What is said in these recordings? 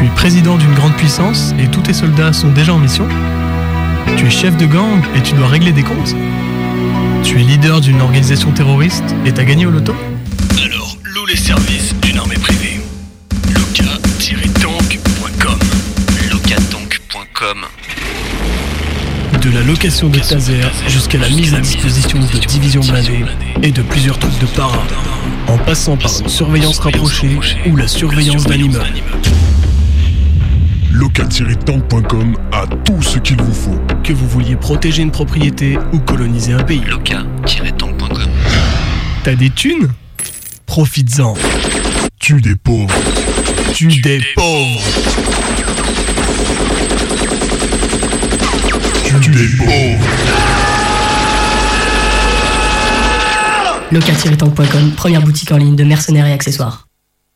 Tu es président d'une grande puissance et tous tes soldats sont déjà en mission. Tu es chef de gang et tu dois régler des comptes. Tu es leader d'une organisation terroriste et t'as gagné au loto. Alors, loue les services d'une armée privée. Loca-tank.com. Locatank.com. De la location de taser jusqu'à la mise à disposition de divisions blindées et de plusieurs troupes de para, en passant par une surveillance rapprochée ou la surveillance d'un immeuble. Loca-tank.com a tout ce qu'il vous faut. Que vous vouliez protéger une propriété ou coloniser un pays. Loca-tank.com. T'as des thunes ? Profites-en. Tue des pauvres. Tue des pauvres. Tue des pauvres. Loca-tank.com, première boutique en ligne de mercenaires et accessoires.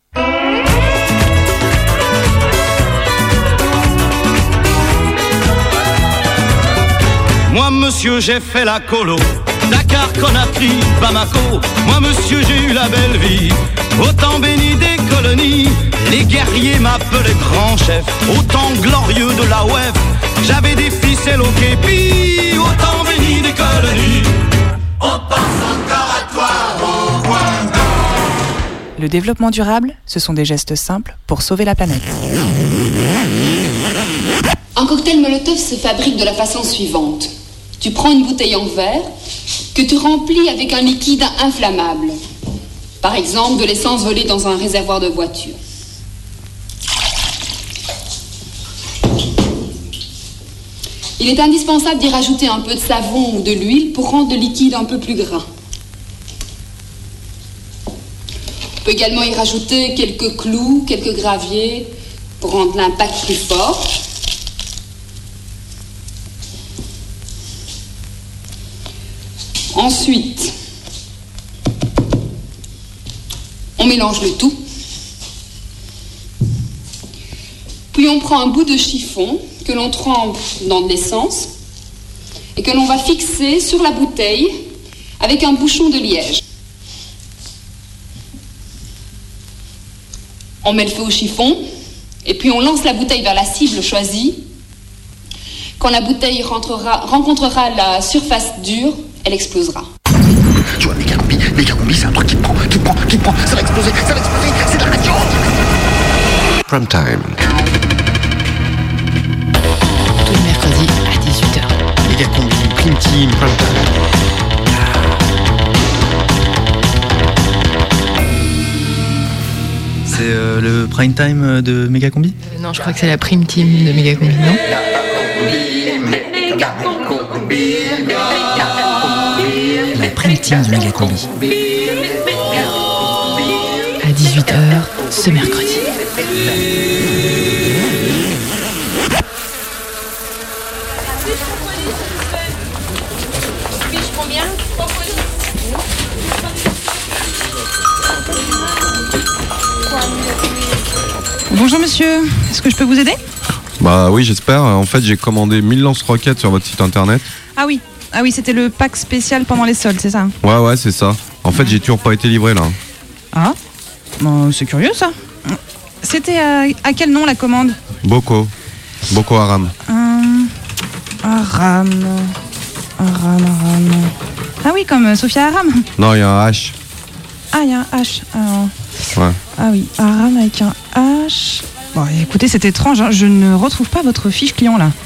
Moi monsieur j'ai fait la colo, Dakar, Conakry, Bamako. Moi monsieur j'ai eu la belle vie, au temps béni des colonies. Les guerriers m'appelaient grand chef, au temps glorieux de la WEF. J'avais des ficelles au képi, au temps béni des colonies. On pense encore à toi, au Rwanda. Le développement durable, ce sont des gestes simples pour sauver la planète. Un cocktail Molotov se fabrique de la façon suivante. Tu prends une bouteille en verre que tu remplis avec un liquide inflammable. Par exemple, de l'essence volée dans un réservoir de voiture. Il est indispensable d'y rajouter un peu de savon ou de l'huile pour rendre le liquide un peu plus gras. On peut également y rajouter quelques clous, quelques graviers pour rendre l'impact plus fort. Ensuite, on mélange le tout. Puis on prend un bout de chiffon que l'on trempe dans de l'essence et que l'on va fixer sur la bouteille avec un bouchon de liège. On met le feu au chiffon et puis on lance la bouteille vers la cible choisie. Quand la bouteille rencontrera la surface dure, elle explosera. Tu vois, méga combi, c'est un truc qui prend, ça va exploser, c'est de la radio. Prime time. Tous les mercredis à 18h. Méga combi, prime team, prime time. C'est le prime time de méga combi Non, je crois que c'est la prime team de méga combi, non ? La prime team de Méga Combi. À 18h ce mercredi. Bonjour monsieur, est-ce que je peux vous aider ? Bah oui, j'espère. En fait, j'ai commandé 1000 lance-roquettes sur votre site internet. Ah oui, c'était le pack spécial pendant les soldes, c'est ça ? Ouais, c'est ça. En fait, j'ai toujours pas été livré là. Ah, bon, c'est curieux ça. C'était à quel nom la commande ? Boko Haram. Aram. Ah oui, comme Sophia Aram. Non, il y a un H. Ah, il y a un H. Ouais. Ah oui, Aram avec un H. Bon, écoutez, c'est étrange, hein. Je ne retrouve pas votre fiche client là.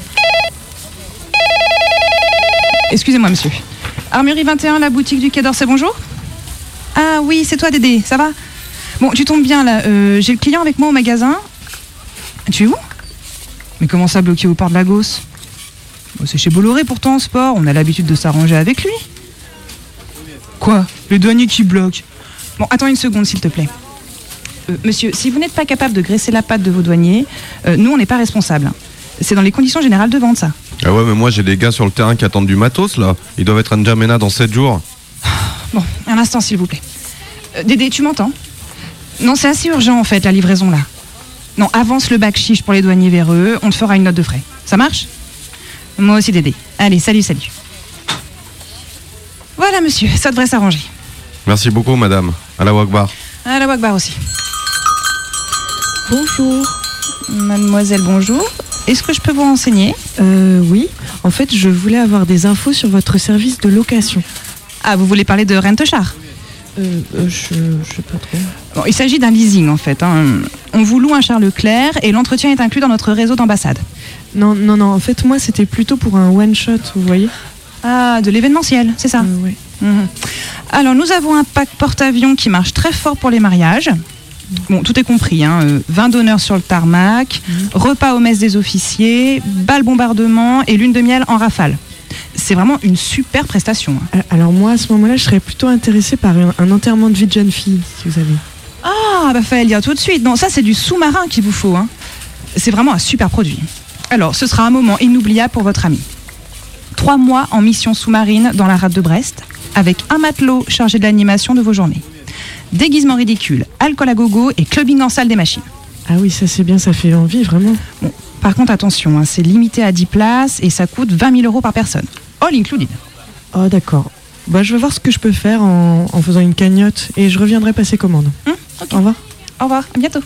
Excusez-moi, monsieur. Armurerie 21, la boutique du Quai d'Orsay, bonjour. Ah oui, c'est toi, Dédé, ça va ? Bon, tu tombes bien là. J'ai le client avec moi au magasin. Tu es où ? Mais comment ça, bloqué au port de Lagos ? Bon, c'est chez Bolloré pourtant, sport. On a l'habitude de s'arranger avec lui. Quoi ? Le douanier qui bloque ? Bon, attends une seconde, s'il te plaît. Monsieur, si vous n'êtes pas capable de graisser la patte de vos douaniers, nous, on n'est pas responsables. C'est dans les conditions générales de vente, ça. Ah ouais, mais moi, j'ai des gars sur le terrain qui attendent du matos, là. Ils doivent être à N'Djamena dans 7 jours. Bon, un instant, s'il vous plaît. Dédé, tu m'entends ? Non, c'est assez urgent, en fait, la livraison, là. Non, avance le bac chiche pour les douaniers véreux, on te fera une note de frais. Ça marche ? Moi aussi, Dédé. Allez, salut. Voilà, monsieur, ça devrait s'arranger. Merci beaucoup, madame. Allah Akbar. Allah Akbar aussi. Bonjour, Mademoiselle, bonjour. Est-ce que je peux vous renseigner ? Oui. En fait, je voulais avoir des infos sur votre service de location. Ah, vous voulez parler de rent-a-car ? Je sais pas trop. Bon, il s'agit d'un leasing en fait. On vous loue un Charles Leclerc et l'entretien est inclus dans notre réseau d'ambassade. Non. En fait, moi, c'était plutôt pour un one-shot, vous voyez ? Ah, de l'événementiel, c'est ça ? Oui. Alors, nous avons un pack porte-avions qui marche très fort pour les mariages. Bon, tout est compris, vin d'honneur sur le tarmac, repas aux messes des officiers, bal bombardement et lune de miel en rafale. C'est vraiment une super prestation. Alors moi, à ce moment-là, je serais plutôt intéressée par un enterrement de vie de jeune fille, si vous avez. Ah, bah fallait le dire tout de suite. Non, ça c'est du sous-marin qu'il vous faut. C'est vraiment un super produit. Alors, ce sera un moment inoubliable pour votre ami. 3 mois en mission sous-marine dans la rade de Brest, avec un matelot chargé de l'animation de vos journées. Déguisement ridicule, alcool à gogo et clubbing en salle des machines. Ah oui, ça c'est bien, ça fait envie, vraiment. Bon, par contre, attention, c'est limité à 10 places et ça coûte 20 000 € par personne. All included. Oh d'accord. Bah, je vais voir ce que je peux faire en faisant une cagnotte et je reviendrai passer commande. Okay. Au revoir. Au revoir, à bientôt.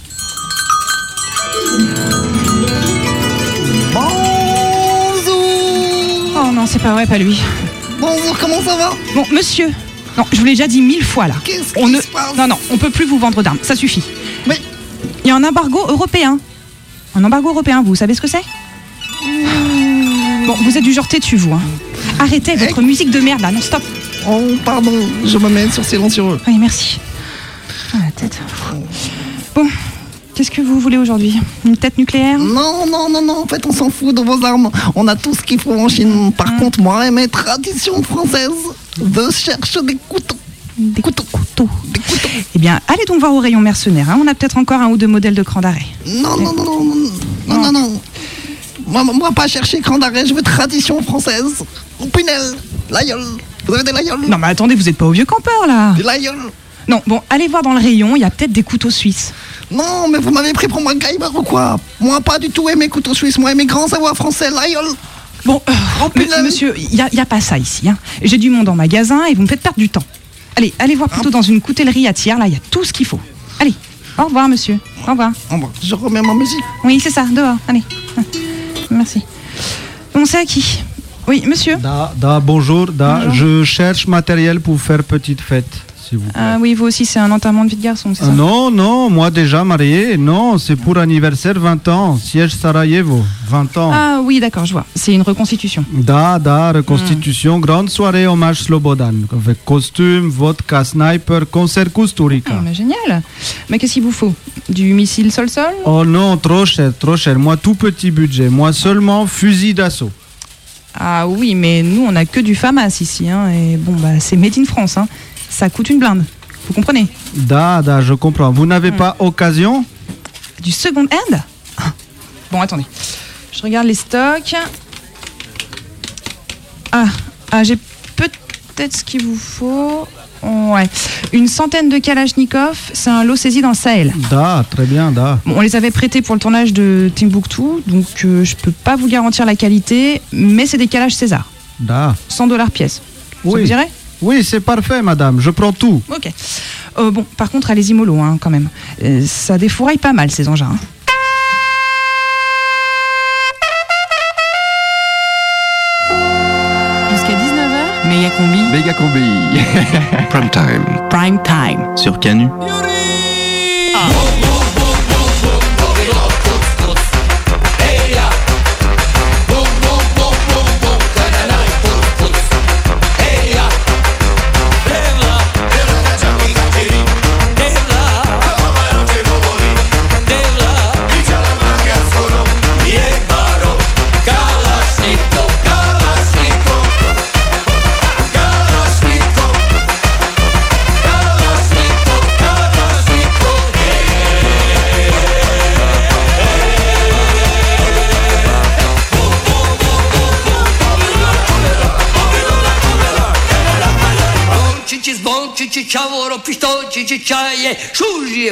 Bonjour. Oh non, c'est pas vrai, pas lui. Bonjour, comment ça va ? Bon, monsieur. Non, je vous l'ai déjà dit 1000 fois là. Qu'est-ce qui se passe ? Non, on peut plus vous vendre d'armes, ça suffit. Mais il y a un embargo européen. Un embargo européen, vous savez ce que c'est ? Bon, vous êtes du genre têtu, vous. Arrêtez votre musique de merde là, non stop. Oh, pardon, je me mets sur silencieux. Oui, merci. Ah, la tête. Bon, qu'est-ce que vous voulez aujourd'hui ? Une tête nucléaire ? Non, en fait, on s'en fout de vos armes. On a tout ce qu'il faut en Chine. Par contre, moi et mes traditions françaises, je cherche des couteaux. Des couteaux. Eh bien, allez donc voir au rayon mercenaire. On a peut-être encore 1 ou 2 modèles de cran d'arrêt. Non. Moi, pas chercher cran d'arrêt, je veux tradition française. Ou Pinel, l'aïeul. Vous avez des l'aïeuls ? Non, mais attendez, vous êtes pas au vieux campeur là. Des l'aïeuls. Non, bon, allez voir dans le rayon, il y a peut-être des couteaux suisses. Non, mais vous m'avez pris pour un gamer ou quoi ? Moi, pas du tout aimer couteaux suisses, moi aimer grands savoirs français, l'aïeul. Bon, monsieur, il y a pas ça ici. J'ai du monde en magasin et vous me faites perdre du temps. Allez voir plutôt dans une coutellerie à Thiers, là, il y a tout ce qu'il faut. Allez, au revoir, monsieur. Au revoir. Je remets ma musique. Oui, c'est ça, dehors, allez. Merci. Bon, c'est à qui ? Oui, monsieur. Bonjour. Je cherche matériel pour faire petite fête, s'il vous plaît. Ah oui, vous aussi, c'est un enterrement de vie de garçon, c'est ça ? Non, moi déjà marié. Non, c'est pour anniversaire 20 ans. Siège Sarajevo, 20 ans. Ah oui, d'accord, je vois. C'est une reconstitution. Reconstitution. Grande soirée hommage Slobodan. Avec costume, vodka, sniper, concert Kusturica. Mais génial. Mais qu'est-ce qu'il vous faut ? Du missile sol-sol ? Oh non, trop cher. Moi, tout petit budget. Moi seulement fusil d'assaut. Ah oui, mais nous, on n'a que du FAMAS ici. Et bon, c'est made in France. Ça coûte une blinde. Vous comprenez ? Je comprends. Vous n'avez pas occasion ? Du second hand ? Bon, attendez. Je regarde les stocks. J'ai peut-être ce qu'il vous faut. Ouais. Une centaine de Kalachnikov, c'est un lot saisi dans le Sahel. Très bien. Bon, on les avait prêtés pour le tournage de Timbuktu, donc je peux pas vous garantir la qualité, mais c'est des Kalach César. $100 pièce. Ça vous dirait ? Oui, c'est parfait, madame. Je prends tout. Ok. Bon, par contre, allez-y mollo, quand même. Ça défouraille pas mal, ces engins. Jusqu'à 19h, Méga combi. Prime time. Prime time. Sur Canu. Ciavoro, pistoci, cicciaie, sciugli,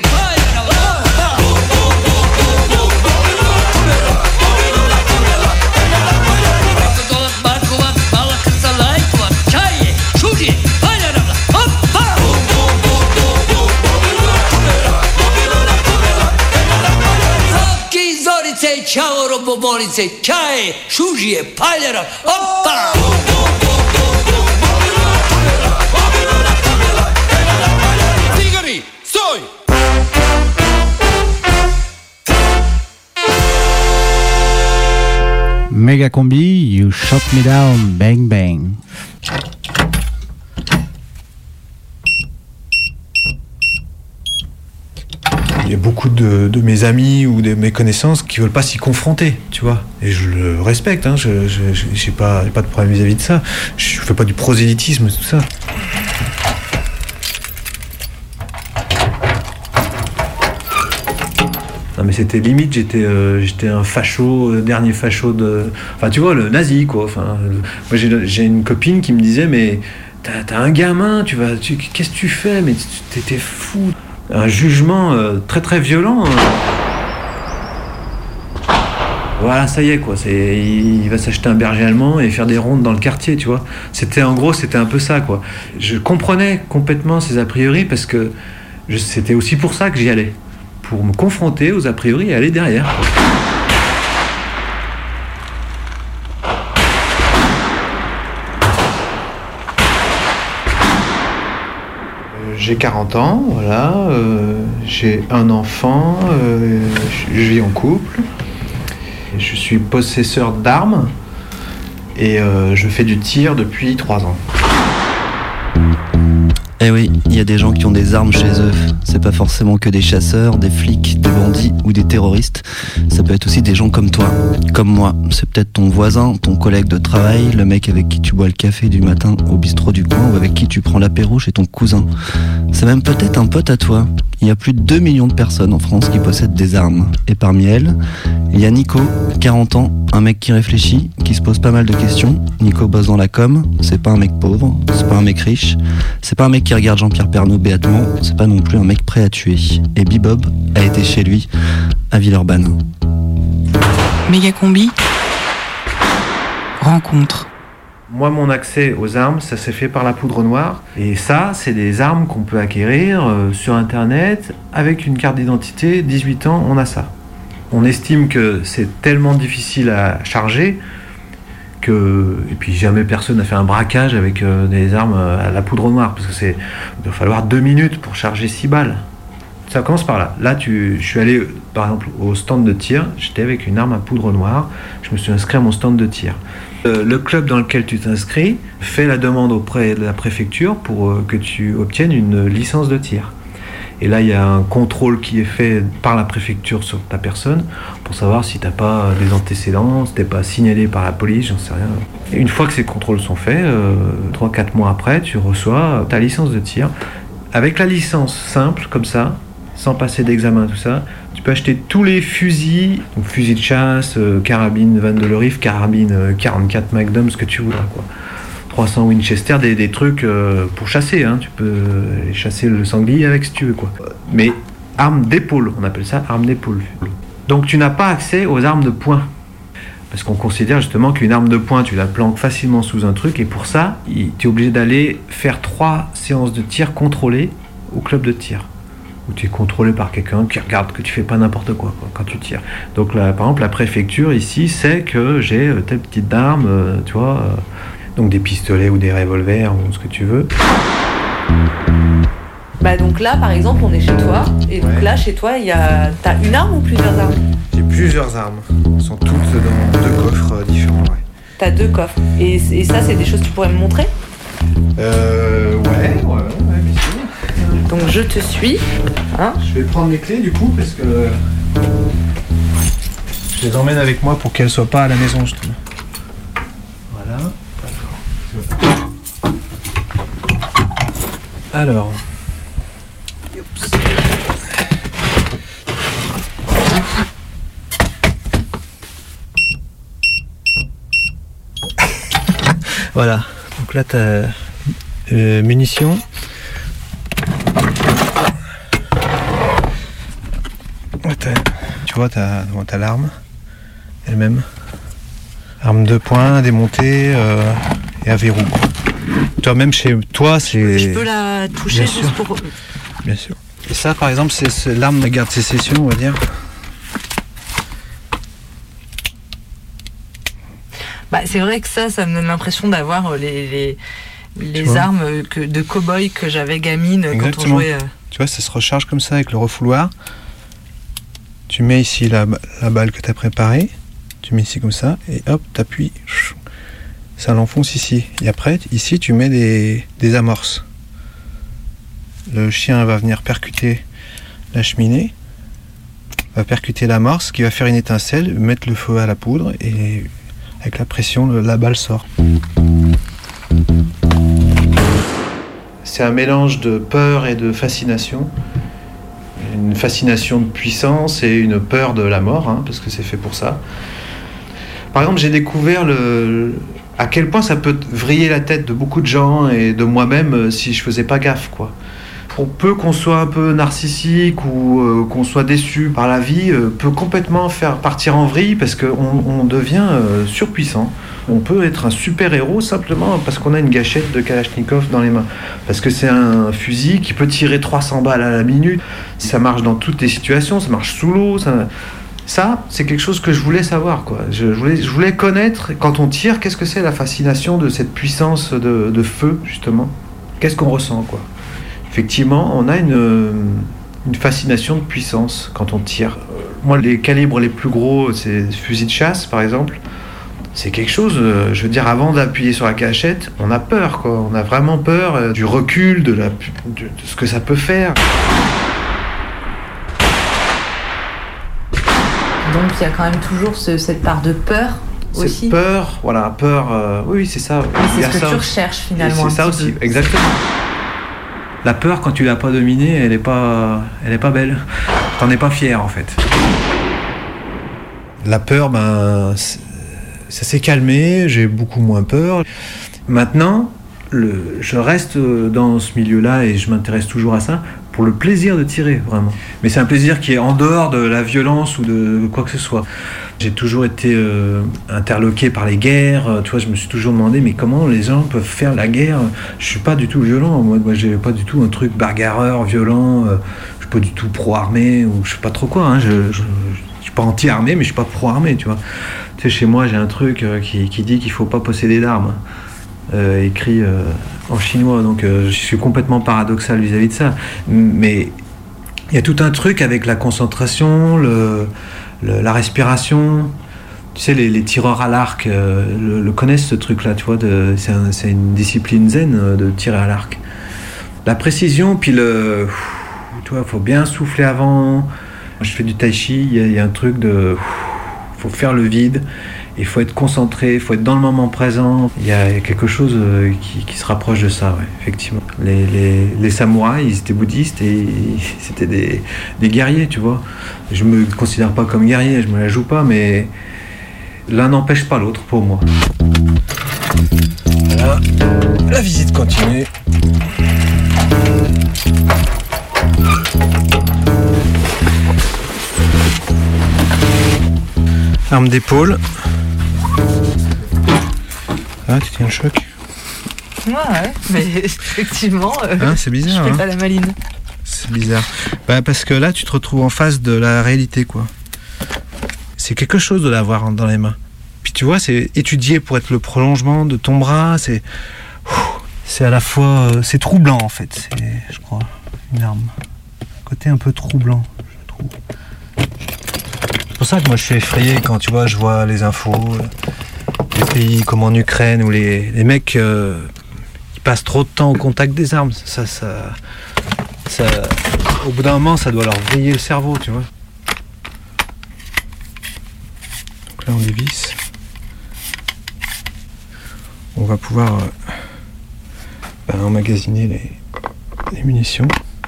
ciao robobolice, ciao, sciugie, pagliara, oppa! Zigari, soi! Mega Combi, you shot me down, bang bang. Il y a beaucoup de mes amis ou de mes connaissances qui veulent pas s'y confronter, tu vois. Et je le respecte, hein, j'ai pas de problème vis-à-vis de ça. Je fais pas du prosélytisme, tout ça. Non mais c'était limite, j'étais un facho, dernier facho de... Enfin tu vois, le nazi quoi. Enfin, moi j'ai une copine qui me disait mais t'as un gamin, qu'est-ce que tu fais? Mais t'es fou. Un jugement très très violent. Voilà, ça y est quoi. Il va s'acheter un berger allemand et faire des rondes dans le quartier, tu vois. C'était un peu ça quoi. Je comprenais complètement ces a priori parce que c'était aussi pour ça que j'y allais. Pour me confronter aux a priori et aller derrière. J'ai 40 ans, voilà, j'ai un enfant, je vis en couple, je suis possesseur d'armes et je fais du tir depuis 3 ans. Eh oui, il y a des gens qui ont des armes chez eux. C'est pas forcément que des chasseurs, des flics, des bandits ou des terroristes. Ça peut être aussi des gens comme toi, comme moi. C'est peut-être ton voisin, ton collègue de travail, le mec avec qui tu bois le café du matin au bistrot du coin ou avec qui tu prends l'apéro chez ton cousin. C'est même peut-être un pote à toi. Il y a plus de 2 millions de personnes en France qui possèdent des armes. Et parmi elles, il y a Nico, 40 ans, un mec qui réfléchit, qui se pose pas mal de questions. Nico bosse dans la com, c'est pas un mec pauvre, c'est pas un mec riche, c'est pas un mec qui regarde Jean-Pierre Pernaut béatement, c'est pas non plus un mec prêt à tuer. Et Bibob a été chez lui, à Villeurbanne. Méga combi. Rencontre. Moi, mon accès aux armes, ça s'est fait par la poudre noire. Et ça, c'est des armes qu'on peut acquérir sur Internet avec une carte d'identité. 18 ans, on a ça. On estime que c'est tellement difficile à charger que... Et puis jamais personne n'a fait un braquage avec des armes à la poudre noire. Parce que il doit falloir 2 minutes pour charger 6 balles. Ça commence par là. Là, je suis allé, par exemple, au stand de tir. J'étais avec une arme à poudre noire. Je me suis inscrit à mon stand de tir. Le club dans lequel tu t'inscris fait la demande auprès de la préfecture pour que tu obtiennes une licence de tir. Et là, il y a un contrôle qui est fait par la préfecture sur ta personne pour savoir si tu n'as pas des antécédents, si tu n'es pas signalé par la police, j'en sais rien. Et une fois que ces contrôles sont faits, 3-4 mois après, tu reçois ta licence de tir. Avec la licence simple, comme ça, sans passer d'examen, tout ça, tu peux acheter tous les fusils, donc fusils de chasse, carabine Van de Leriff, carabine 44 Magnum, ce que tu voudras, quoi. 300 Winchester, des trucs pour chasser, hein. Tu peux chasser le sanglier avec si tu veux, quoi. Mais arme d'épaule, on appelle ça arme d'épaule. Donc tu n'as pas accès aux armes de poing. Parce qu'on considère justement qu'une arme de poing, tu la planques facilement sous un truc, et pour ça, tu es obligé d'aller faire 3 séances de tir contrôlées au club de tir. Où tu es contrôlé par quelqu'un qui regarde que tu fais pas n'importe quoi quand tu tires. Donc là, par exemple, la préfecture ici sait que j'ai telle petite arme, tu vois, donc des pistolets ou des revolvers ou ce que tu veux. Bah donc là, par exemple, on est chez toi, et donc là, chez toi, t'as une arme ou plusieurs armes? J'ai plusieurs armes, elles sont toutes dans 2 coffres différents, ouais. T'as 2 coffres, et ça, c'est des choses que tu pourrais me montrer? Ouais, bien sûr. Donc je te suis. Hein, je vais prendre mes clés du coup parce que je les emmène avec moi pour qu'elles soient pas à la maison justement. Voilà. D'accord. Alors. Voilà. Donc là t'as munitions. Tu vois, t'as l'arme elle-même. Arme de poing, démontée et à verrou. Toi-même, chez toi, c'est... Je peux la toucher bien juste sûr. pour... Bien sûr. Et ça, par exemple, c'est l'arme de garde sécession, on va dire. c'est vrai que ça me donne l'impression d'avoir les armes de cow-boy que j'avais gamine. Exactement. Quand on jouait. Tu vois, ça se recharge comme ça avec le refouloir. Tu mets ici la balle que tu as préparée, tu mets ici comme ça, et hop, t'appuies, ça l'enfonce ici. Et après, ici, tu mets des amorces. Le chien va venir percuter la cheminée, va percuter l'amorce, qui va faire une étincelle, mettre le feu à la poudre, et avec la pression, la balle sort. C'est un mélange de peur et de fascination. Une fascination de puissance et une peur de la mort, hein, parce que c'est fait pour ça. Par exemple, j'ai découvert à quel point ça peut vriller la tête de beaucoup de gens et de moi-même si je faisais pas gaffe, quoi. On peut qu'on soit un peu narcissique ou qu'on soit déçu par la vie, peut complètement faire partir en vrille parce qu'on devient surpuissant. On peut être un super-héros simplement parce qu'on a une gâchette de Kalachnikov dans les mains. Parce que c'est un fusil qui peut tirer 300 balles à la minute. Ça marche dans toutes les situations, ça marche sous l'eau. Ça, c'est quelque chose que je voulais savoir, quoi. Je voulais connaître, quand on tire, qu'est-ce que c'est la fascination de cette puissance de feu, justement. Qu'est-ce qu'on ressent, quoi. Effectivement, on a une fascination de puissance quand on tire. Moi, les calibres les plus gros, c'est fusils de chasse, par exemple. C'est quelque chose, je veux dire, avant d'appuyer sur la gâchette, on a peur, quoi. On a vraiment peur du recul, de ce que ça peut faire. Donc il y a quand même toujours cette part de peur aussi. Cette peur, voilà, peur, oui, c'est ça. Mais c'est ce que tu recherches finalement. Et c'est ça aussi, exactement. La peur, quand tu l'as pas dominée, elle est pas belle. T'en es pas fier, en fait. La peur, ça s'est calmé, j'ai beaucoup moins peur. Maintenant, je reste dans ce milieu-là et je m'intéresse toujours à ça pour le plaisir de tirer, vraiment. Mais c'est un plaisir qui est en dehors de la violence ou de quoi que ce soit. J'ai toujours été interloqué par les guerres. Tu vois, je me suis toujours demandé, mais comment les gens peuvent faire la guerre ? Je suis pas du tout violent. Moi, j'ai pas du tout un truc bagarreur, violent. Je suis pas du tout pro-armée ou je sais pas trop quoi. Hein. Je suis pas anti-armée, mais je suis pas pro-armée, tu vois. Tu sais, chez moi, j'ai un truc qui dit qu'il faut pas posséder d'armes. Écrit en chinois, donc je suis complètement paradoxal vis-à-vis de ça. Mais il y a tout un truc avec la concentration, la respiration. Tu sais, les tireurs à l'arc le connaissent, ce truc-là, tu vois. C'est une discipline zen de tirer à l'arc. La précision, puis tu vois, faut bien souffler avant. Moi, je fais du tai chi, il y a un truc de... faut faire le vide. Il faut être concentré, il faut être dans le moment présent. Il y a quelque chose qui se rapproche de ça, ouais, effectivement. Les samouraïs, ils étaient bouddhistes et c'était des guerriers, tu vois. Je me considère pas comme guerrier, je me la joue pas, mais l'un n'empêche pas l'autre pour moi. Voilà, la visite continue. Arme d'épaule. Ah, tu tiens le choc. Ouais, mais effectivement, c'est bizarre. Je fais pas la maline. C'est bizarre. Parce que là, tu te retrouves en face de la réalité, quoi. C'est quelque chose de l'avoir dans les mains. Puis tu vois, c'est étudié pour être le prolongement de ton bras. C'est à la fois... c'est troublant, en fait. C'est, je crois, une arme. Côté un peu troublant, je trouve. C'est pour ça que moi, je suis effrayé quand, tu vois, je vois les infos... Des pays comme en Ukraine où les mecs ils passent trop de temps au contact des armes. Ça, au bout d'un moment, ça doit leur vriller le cerveau, tu vois. Donc là, on dévisse. On va pouvoir emmagasiner les munitions.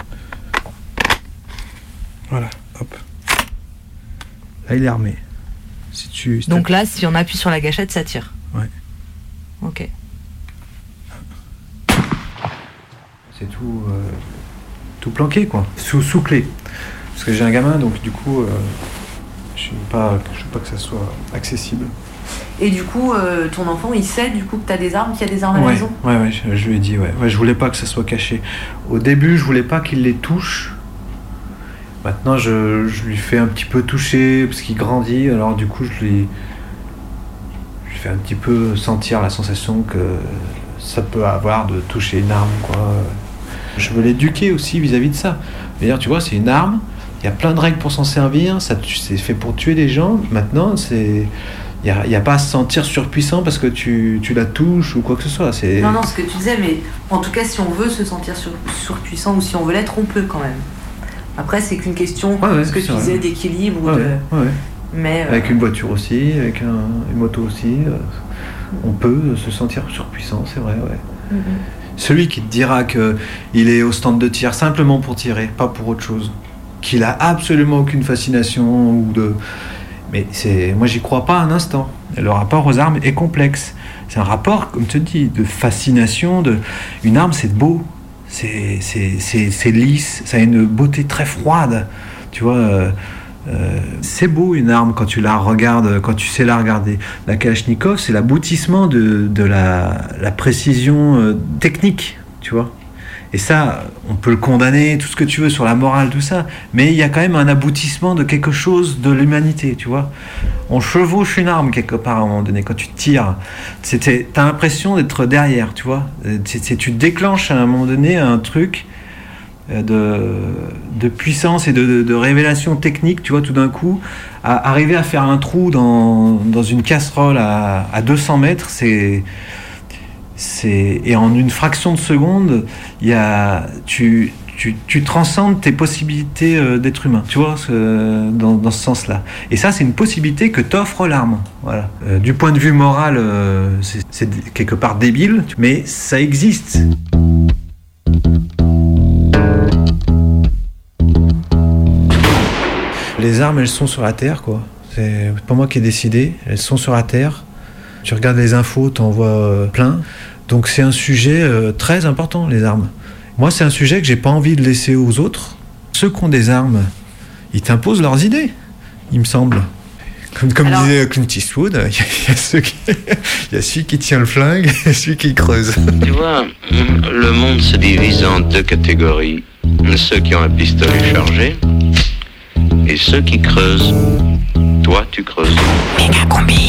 Voilà, hop. Là, il est armé. Donc là, si on appuie sur la gâchette, ça tire. Ouais. Ok. C'est tout planqué, quoi. Sous clé. Parce que j'ai un gamin, donc du coup, je veux pas que ça soit accessible. Et du coup, ton enfant, il sait du coup que t'as des armes, qu'il y a des armes à la maison ? Ouais, je lui ai dit, ouais. Je voulais pas que ça soit caché. Au début, je voulais pas qu'il les touche. Maintenant, je lui fais un petit peu toucher parce qu'il grandit. Alors du coup, je lui fais fait un petit peu sentir la sensation que ça peut avoir de toucher une arme, quoi. Je veux l'éduquer aussi vis-à-vis de ça. D'ailleurs, tu vois, c'est une arme, il y a plein de règles pour s'en servir, c'est fait pour tuer des gens. Maintenant, il n'y a pas à se sentir surpuissant parce que tu la touches ou quoi que ce soit. Non, ce que tu disais, mais en tout cas, si on veut se sentir surpuissant ou si on veut l'être, on peut quand même. Après, c'est qu'une question, ce que tu disais, d'équilibre ou de... Mais, avec une voiture aussi, avec une moto aussi, on peut se sentir surpuissant, c'est vrai, ouais. Celui qui te dira qu'il est au stand de tir simplement pour tirer, pas pour autre chose, qu'il a absolument aucune fascination mais moi j'y crois pas un instant. Le rapport aux armes est complexe. C'est un rapport, comme tu dis, de fascination. Une arme, c'est beau, c'est lisse, ça a une beauté très froide, tu vois. C'est beau une arme quand tu la regardes, quand tu sais la regarder. La Kalachnikov, c'est l'aboutissement de la précision technique, tu vois. Et ça, on peut le condamner, tout ce que tu veux sur la morale, tout ça, mais il y a quand même un aboutissement de quelque chose de l'humanité, tu vois. On chevauche une arme quelque part à un moment donné, quand tu tires, t'as l'impression d'être derrière, tu vois. Tu déclenches à un moment donné un truc de puissance et de révélation technique, tu vois, tout d'un coup, arriver à faire un trou dans une casserole à 200 mètres, et en une fraction de seconde, tu transcendes tes possibilités d'être humain, tu vois, dans ce sens-là. Et ça, c'est une possibilité que t'offre l'arme. Voilà. Du point de vue moral, c'est quelque part débile, mais ça existe. Les armes, elles sont sur la terre, quoi. C'est pas moi qui ai décidé, elles sont sur la terre. Tu regardes les infos, t'en vois plein. Donc c'est un sujet très important, les armes. Moi, c'est un sujet que j'ai pas envie de laisser aux autres. Ceux qui ont des armes, ils t'imposent leurs idées, il me semble. Comme disait Clint Eastwood, il y a celui qui tient le flingue et celui qui creuse. Tu vois, le monde se divise en deux catégories. Ceux qui ont un pistolet chargé et ceux qui creusent. Toi, tu creuses. Méga combi.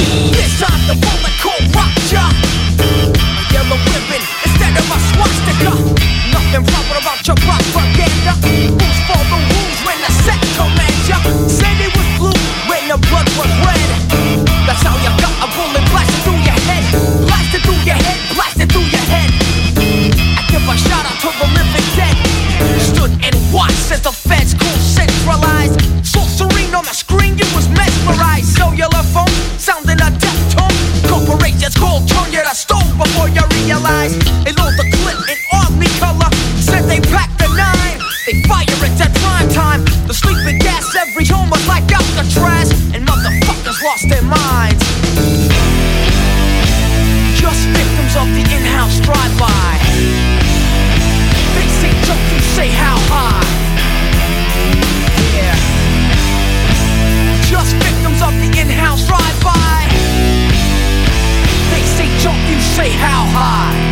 Yellow ribbon instead of a swastika. Nothing proper about your propaganda. Who's for the rules when the set commands ya? Said it was blue when the blood was red. That's how you got a bullet blasted through your head. Blasted through your head, blasted through your head. I give a shout out to the living dead. Stood and watched as the feds cool centralized. So serene on the screen, you was mesmerized. Cellular phone sounding a death tone. Corporations called turn you to stone before you realize they load the clip in army color. Said they packed the 9, they fire it at prime time. The sleeping gas every home was like Alcatraz, and motherfuckers lost their minds. Just victims of the in-house drive-by. They say jump, you say how high. Yeah. Just victims of the in-house drive-by. They say jump, you say how high.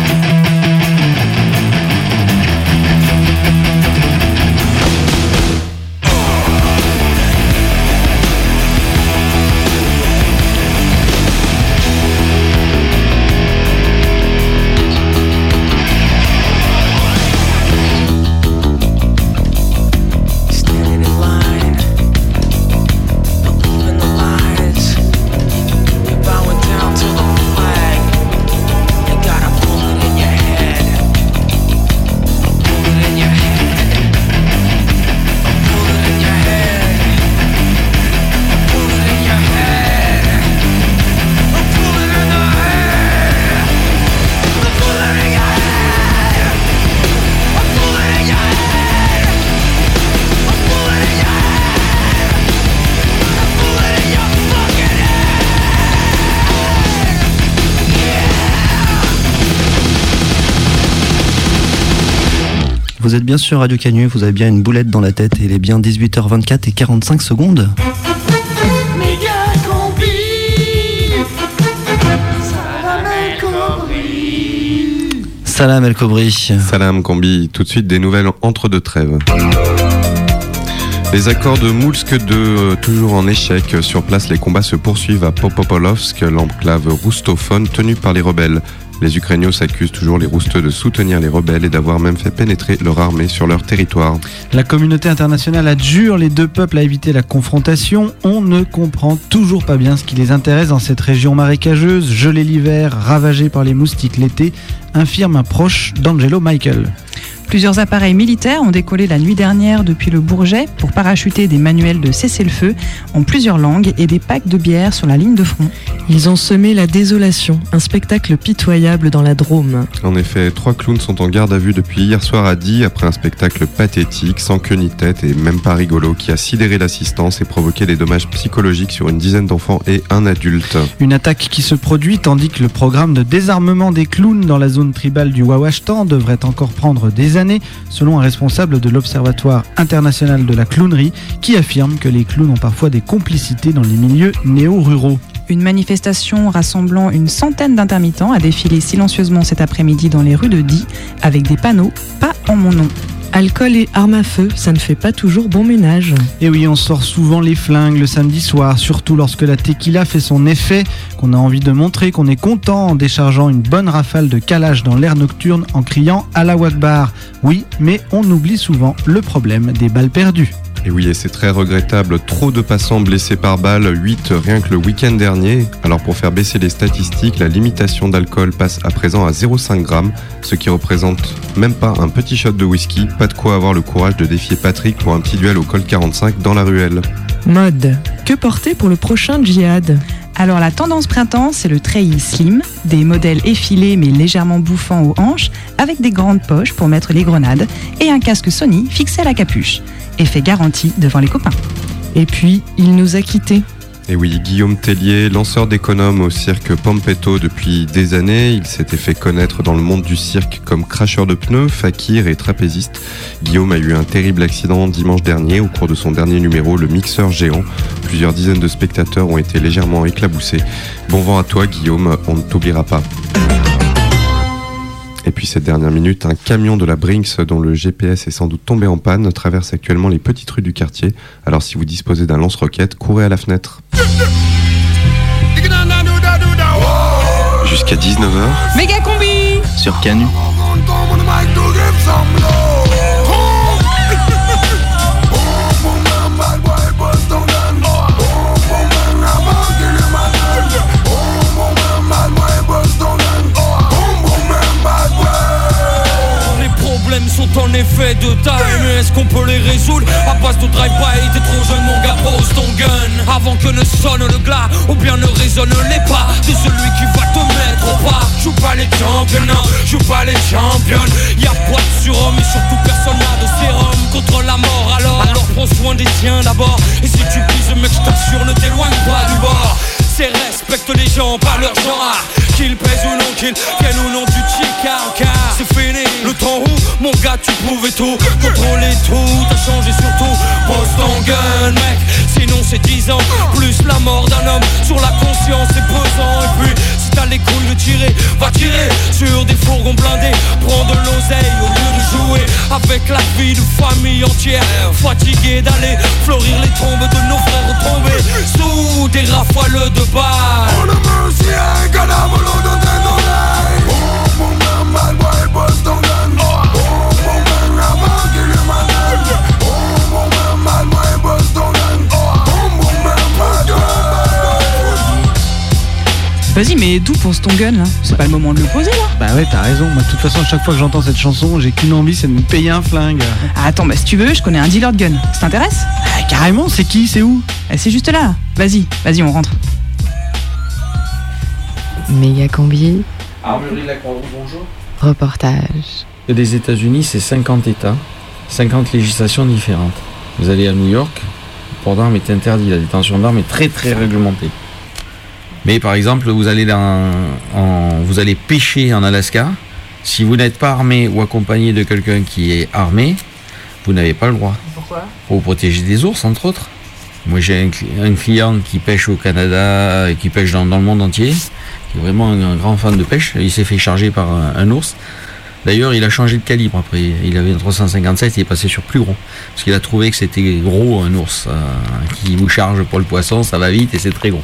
Vous êtes bien sur Radio Canu, vous avez bien une boulette dans la tête et il est bien 18h24 et 45 secondes. Salam El Kobri. Salam Combi, tout de suite des nouvelles entre deux trêves. Les accords de Moulsk 2, toujours en échec. Sur place, les combats se poursuivent à Popolovsk, l'enclave roustophone tenue par les rebelles. Les Ukrainiens accusent toujours les Rousteux de soutenir les rebelles et d'avoir même fait pénétrer leur armée sur leur territoire. La communauté internationale adjure les deux peuples à éviter la confrontation. On ne comprend toujours pas bien ce qui les intéresse dans cette région marécageuse, gelée l'hiver, ravagée par les moustiques l'été, infirme un proche d'Angelo Michael. Plusieurs appareils militaires ont décollé la nuit dernière depuis le Bourget pour parachuter des manuels de cessez-le-feu en plusieurs langues et des packs de bière sur la ligne de front. Ils ont semé la désolation, un spectacle pitoyable dans la Drôme. En effet, 3 clowns sont en garde à vue depuis hier soir à Die après un spectacle pathétique, sans queue ni tête et même pas rigolo, qui a sidéré l'assistance et provoqué des dommages psychologiques sur une dizaine d'enfants et un adulte. Une attaque qui se produit tandis que le programme de désarmement des clowns dans la zone tribale du Wawashtan devrait encore prendre des années, selon un responsable de l'Observatoire international de la clownerie qui affirme que les clowns ont parfois des complicités dans les milieux néo-ruraux. Une manifestation rassemblant une centaine d'intermittents a défilé silencieusement cet après-midi dans les rues de Die avec des panneaux « Pas en mon nom ». Alcool et armes à feu, ça ne fait pas toujours bon ménage. Et oui, on sort souvent les flingues le samedi soir, surtout lorsque la tequila fait son effet, qu'on a envie de montrer qu'on est content en déchargeant une bonne rafale de calage dans l'air nocturne en criant « Allahu Akbar ». Oui, mais on oublie souvent le problème des balles perdues. Et oui, et c'est très regrettable, trop de passants blessés par balle, 8 rien que le week-end dernier. Alors pour faire baisser les statistiques, la limitation d'alcool passe à présent à 0,5 g, ce qui représente même pas un petit shot de whisky. Pas de quoi avoir le courage de défier Patrick pour un petit duel au Colt 45 dans la ruelle. Mode, que porter pour le prochain djihad ? Alors la tendance printemps, c'est le treillis slim, des modèles effilés mais légèrement bouffants aux hanches, avec des grandes poches pour mettre les grenades et un casque Sony fixé à la capuche. Effet garanti devant les copains. Et puis, il nous a quittés. Et oui, Guillaume Tellier, lanceur d'économes au cirque Pompetto depuis des années, il s'était fait connaître dans le monde du cirque comme cracheur de pneus, fakir et trapéziste. Guillaume a eu un terrible accident dimanche dernier au cours de son dernier numéro, le mixeur géant. Plusieurs dizaines de spectateurs ont été légèrement éclaboussés. Bon vent à toi Guillaume, on ne t'oubliera pas. Et puis cette dernière minute, un camion de la Brinks dont le GPS est sans doute tombé en panne traverse actuellement les petites rues du quartier. Alors si vous disposez d'un lance-roquette, courez à la fenêtre. Jusqu'à 19h. Méga combi Sur Canu. Sont en effet de taille, mais est-ce qu'on peut les résoudre à base de drive-by? T'es trop jeune mon gars, pose ton gun avant que ne sonne le glas ou bien ne résonne les pas de celui qui va te mettre au pas. Joue pas les champions, non, joue pas les champions. Y'a pas de surhomme et surtout personne n'a de sérum contre la mort. Alors prends soin des tiens d'abord. Et si tu pises mec, je t'assure, ne t'éloigne pas du bord. C'est respecte les gens, pas leur genre. Qu'ils pèsent ou non, qu'ils viennent ou non du ticard. Car c'est fini, le temps où mon gars tu pouvais tout contrôler tout, t'as changé surtout. Pose ton gun mec, sinon c'est 10 ans plus la mort d'un homme sur la conscience, c'est pesant. Et puis si t'as les couilles de tirer, va tirer sur des fourgons blindés. Prends de l'oseille au lieu de jouer avec la vie de famille entière. Fatigué d'aller fleurir les tombes de nos frères tombés sous des rafales de balles. Vas-y, mais d'où pose ton gun là? C'est pas le moment de le poser là? Bah ouais, t'as raison. Moi, de toute façon, à chaque fois que j'entends cette chanson, j'ai qu'une envie, c'est de me payer un flingue. Ah, attends, bah si tu veux, je connais un dealer de gun. Ça t'intéresse? Ah, carrément, c'est qui? C'est où? C'est juste là. Vas-y, on rentre. Méga combi. Armurerie de la Croix-Rouge, bonjour. Reportage. Des États-Unis, c'est 50 États, 50 législations différentes. Vous allez à New York, le port d'armes est interdit, la détention d'armes est très très réglementée. Mais par exemple, vous allez pêcher en Alaska. Si vous n'êtes pas armé ou accompagné de quelqu'un qui est armé, vous n'avez pas le droit. Pourquoi? Pour vous protéger des ours, entre autres. Moi, j'ai un client qui pêche au Canada et qui pêche dans le monde entier, qui est vraiment un grand fan de pêche. Il s'est fait charger par un ours. D'ailleurs, il a changé de calibre après. Il avait un 357, il est passé sur plus gros. Parce qu'il a trouvé que c'était gros, un ours qui vous charge pour le poisson, ça va vite et c'est très gros.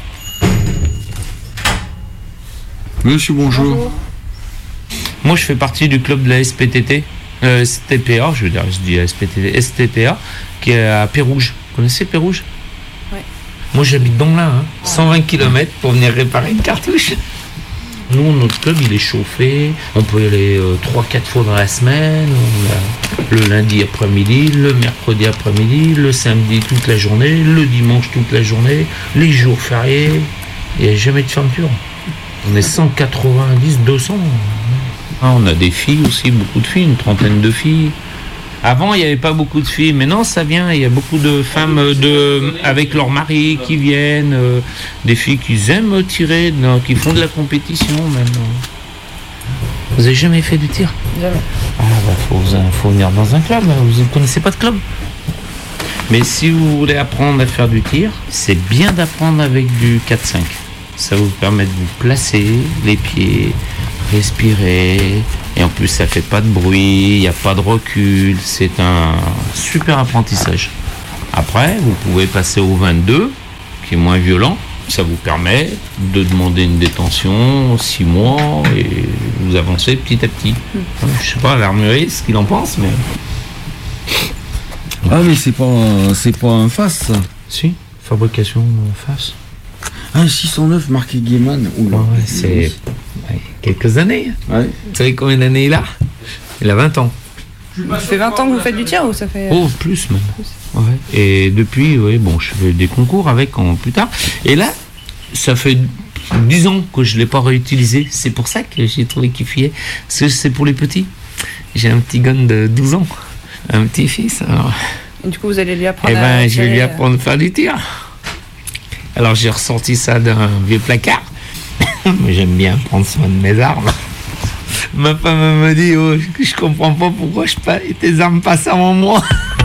Monsieur, bonjour. Moi, je fais partie du club de la SPTT, STPA, je dis SPTT, STPA, qui est à Pérouge. Vous connaissez Pérouge? Ouais. Moi, j'habite donc là, 120 km pour venir réparer une cartouche. Nous, notre club, il est chauffé. On peut y aller 3-4 fois dans la semaine. Le lundi après-midi, le mercredi après-midi, le samedi toute la journée, le dimanche toute la journée, les jours fériés. Il n'y a jamais de fermeture. On est 190, 200. On a des filles aussi, beaucoup de filles, une trentaine de filles. Avant, il n'y avait pas beaucoup de filles, mais non, ça vient. Il y a beaucoup de femmes avec leur mari qui viennent, des filles qui aiment tirer, qui font de la compétition même. Vous n'avez jamais fait du tir? Jamais. Ah bah, faut venir dans un club. Vous ne connaissez pas de club? Mais si vous voulez apprendre à faire du tir, c'est bien d'apprendre avec du 4-5. Ça vous permet de vous placer les pieds, respirer, et en plus ça fait pas de bruit, il n'y a pas de recul, c'est un super apprentissage. Après, vous pouvez passer au 22, qui est moins violent, ça vous permet de demander une détention 6 mois et vous avancez petit à petit. Je sais pas, l'armurier, ce qu'il en pense, mais... Ah mais c'est pas un face, ça. Si, fabrication face. Ah, 609 marqué Gaiman. Oula, c'est quelques années. Ouais. Vous savez combien d'années il a? Il a 20 ans. Ça fait 20 ans que vous faites du tir ou ça fait... Oh, plus même. Ouais. Et depuis, je fais des concours avec plus tard. Et là, ça fait 10 ans que je ne l'ai pas réutilisé. C'est pour ça que j'ai trouvé qu'il fiait. Parce que c'est pour les petits. J'ai un petit gun de 12 ans. Un petit-fils. Alors... Et du coup, vous allez lui apprendre je vais lui apprendre à faire du tir. Alors j'ai ressorti ça d'un vieux placard. J'aime bien prendre soin de mes armes. Ma femme me dit je comprends pas pourquoi tes armes passent avant moi.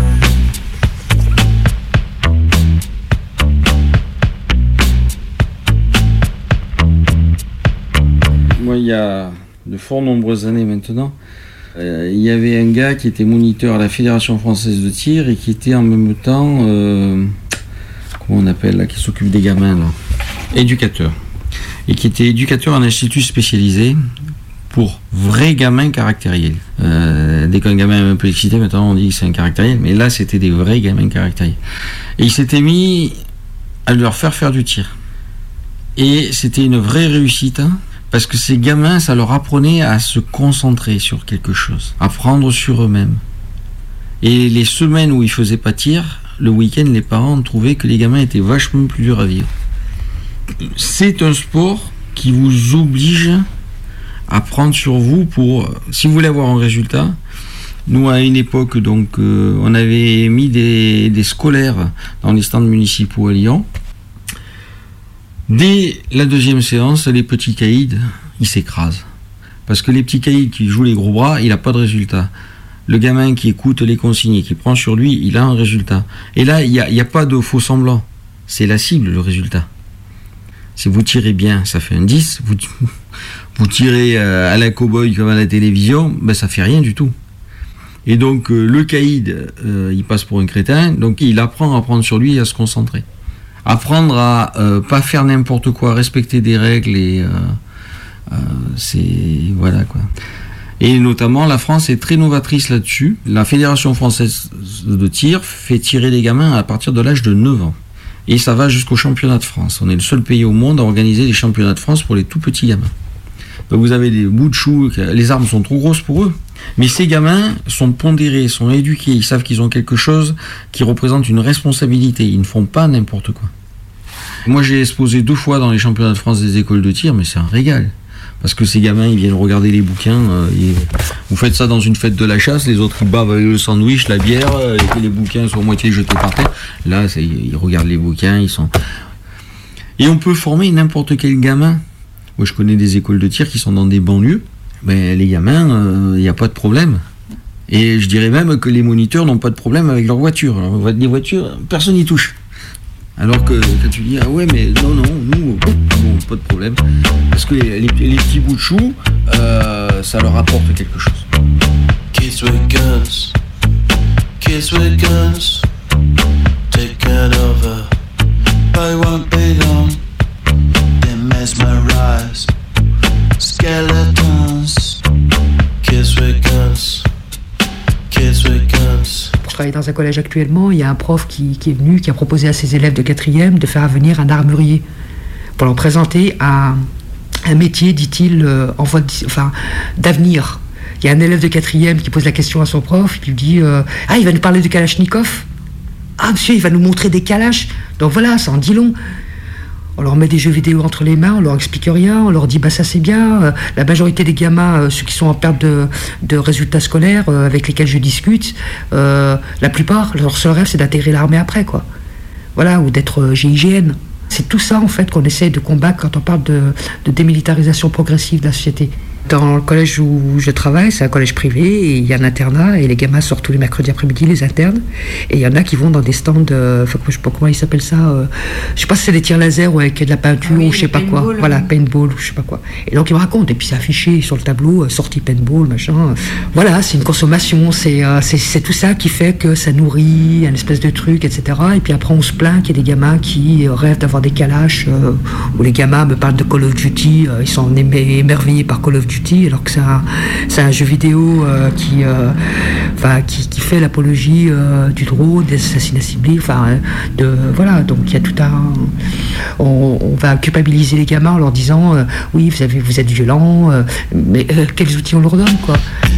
Moi, il y a de fort nombreuses années maintenant, il y avait un gars qui était moniteur à la Fédération française de tir et qui était en même temps... comment on appelle là, qui s'occupe des gamins là, éducateur, et qui était éducateur en institut spécialisé pour vrais gamins caractériels. Dès qu'un gamin est un peu excité, maintenant on dit que c'est un caractériel, mais là c'était des vrais gamins caractériels. Et il s'était mis à leur faire du tir. Et c'était une vraie réussite, parce que ces gamins, ça leur apprenait à se concentrer sur quelque chose, à prendre sur eux-mêmes. Et les semaines où ils faisaient pas tir, le week-end, les parents ont trouvé que les gamins étaient vachement plus durs à vivre. C'est un sport qui vous oblige à prendre sur vous pour, si vous voulez avoir un résultat. Nous, à une époque, donc, on avait mis des scolaires dans les stands municipaux à Lyon. Dès la deuxième séance, les petits caïds, ils s'écrasent. Parce que les petits caïds qui jouent les gros bras, il n'a pas de résultat. Le gamin qui écoute les consignes et qui prend sur lui, il a un résultat. Et là, il n'y a pas de faux semblant. C'est la cible, le résultat. Si vous tirez bien, ça fait un 10. Vous tirez à la cow-boy comme à la télévision, ben ça fait rien du tout. Et donc, le caïd, il passe pour un crétin, donc il apprend à prendre sur lui et à se concentrer. Apprendre à pas faire n'importe quoi, respecter des règles et... c'est... Voilà, quoi. Et notamment, la France est très novatrice là-dessus. La Fédération française de tir fait tirer les gamins à partir de l'âge de 9 ans. Et ça va jusqu'au championnat de France. On est le seul pays au monde à organiser des championnats de France pour les tout petits gamins. Donc vous avez des bouts de choux, les armes sont trop grosses pour eux. Mais ces gamins sont pondérés, sont éduqués, ils savent qu'ils ont quelque chose qui représente une responsabilité. Ils ne font pas n'importe quoi. Moi, j'ai exposé 2 fois dans les championnats de France des écoles de tir, mais c'est un régal. Parce que ces gamins, ils viennent regarder les bouquins. Vous faites ça dans une fête de la chasse, les autres, ils bavent avec le sandwich, la bière, les bouquins sont à moitié jetés par terre. Là, ils regardent les bouquins, ils sont... Et on peut former n'importe quel gamin. Moi, je connais des écoles de tir qui sont dans des banlieues. Ben, les gamins, il n'y a pas de problème. Et je dirais même que les moniteurs n'ont pas de problème avec leur voiture. Alors, les voitures, personne n'y touche. Alors que quand tu dis, ah ouais, mais non, nous, bon, pas de problème. Parce que les petits bouts de chou, ça leur apporte quelque chose. Kids with guns, kids with guns, taken over by one belong, they mesmerize skeletons, kids with guns, kids with guns. Je travaille dans un collège actuellement, il y a un prof qui est venu, qui a proposé à ses élèves de 4e de faire venir un armurier pour leur présenter un métier, dit-il, d'avenir. Il y a un élève de 4e qui pose la question à son prof, qui lui dit il va nous parler de Kalachnikov. Ah monsieur, il va nous montrer des kalash. Donc voilà, ça en dit long. On leur met des jeux vidéo entre les mains, on leur explique rien, on leur dit ça c'est bien. La majorité des gamins, ceux qui sont en perte de résultats scolaires avec lesquels je discute, la plupart, leur seul rêve c'est d'intégrer l'armée après, quoi. Voilà, ou d'être GIGN. C'est tout ça en fait qu'on essaie de combattre quand on parle de démilitarisation progressive de la société. Dans le collège où je travaille, c'est un collège privé et il y a un internat et les gamins sortent tous les mercredis après-midi, les internes, et il y en a qui vont dans des stands, je sais pas comment ils s'appellent ça, je sais pas si c'est des tirs laser ou avec de la peinture ou je sais pas quoi, voilà, paintball ou je sais pas quoi. Et donc ils me racontent, et puis c'est affiché sur le tableau, sortie paintball, machin. Voilà, c'est une consommation, c'est tout ça qui fait que ça nourrit un espèce de truc, etc. Et puis après on se plaint qu'il y a des gamins qui rêvent d'avoir des kalash, où les gamins me parlent de Call of Duty, ils sont émerveillés par Call of Duty, alors que c'est un jeu vidéo qui fait l'apologie du drone, des assassinats ciblés, voilà, donc il y a tout un... On va culpabiliser les gamins en leur disant oui, vous êtes violents, mais quels outils on leur donne, quoi.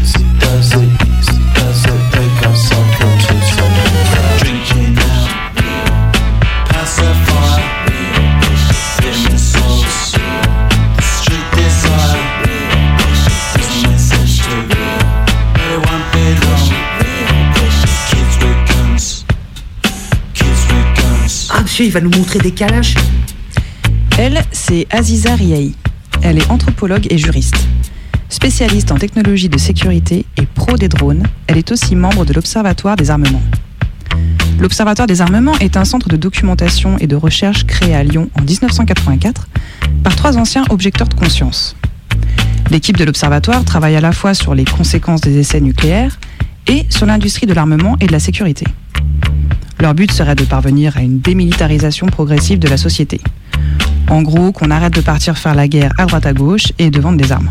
Il va nous montrer des kalash. Elle, c'est Aziza Riahi. Elle est anthropologue et juriste. Spécialiste en technologie de sécurité et pro des drones, elle est aussi membre de l'Observatoire des armements. L'Observatoire des armements est un centre de documentation et de recherche créé à Lyon en 1984 par 3 anciens objecteurs de conscience. L'équipe de l'Observatoire travaille à la fois sur les conséquences des essais nucléaires et sur l'industrie de l'armement et de la sécurité. Leur but serait de parvenir à une démilitarisation progressive de la société. En gros, qu'on arrête de partir faire la guerre à droite à gauche et de vendre des armes.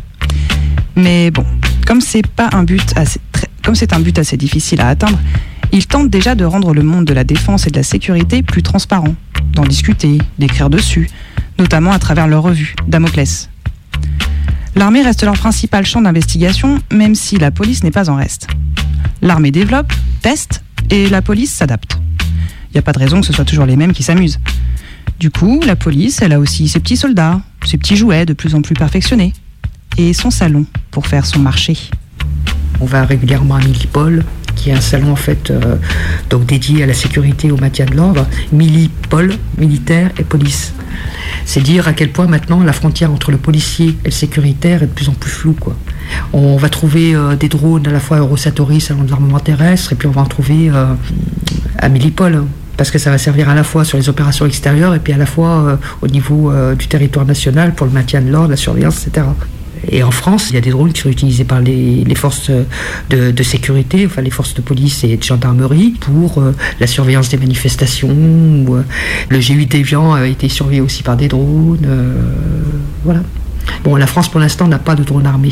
Mais bon, comme c'est un but assez difficile à atteindre, ils tentent déjà de rendre le monde de la défense et de la sécurité plus transparent, d'en discuter, d'écrire dessus, notamment à travers leur revue, Damoclès. L'armée reste leur principal champ d'investigation, même si la police n'est pas en reste. L'armée développe, teste, et la police s'adapte. Il n'y a pas de raison que ce soit toujours les mêmes qui s'amusent. Du coup, la police, elle a aussi ses petits soldats, ses petits jouets de plus en plus perfectionnés, et son salon pour faire son marché. On va régulièrement à Millipol, qui est un salon en fait donc dédié à la sécurité et au maintien de l'ordre. Millipol, militaire et police. C'est dire à quel point maintenant la frontière entre le policier et le sécuritaire est de plus en plus floue, quoi. On va trouver des drones à la fois à Eurosatory, salon de l'armement terrestre, et puis on va en trouver à Millipol, parce que ça va servir à la fois sur les opérations extérieures et puis à la fois au niveau du territoire national pour le maintien de l'ordre, la surveillance, etc. Et en France, il y a des drones qui sont utilisés par les forces de sécurité, enfin les forces de police et de gendarmerie pour la surveillance des manifestations. Le G8 d'Évian a été surveillé aussi par des drones. Voilà. Bon, la France pour l'instant n'a pas de drones armés.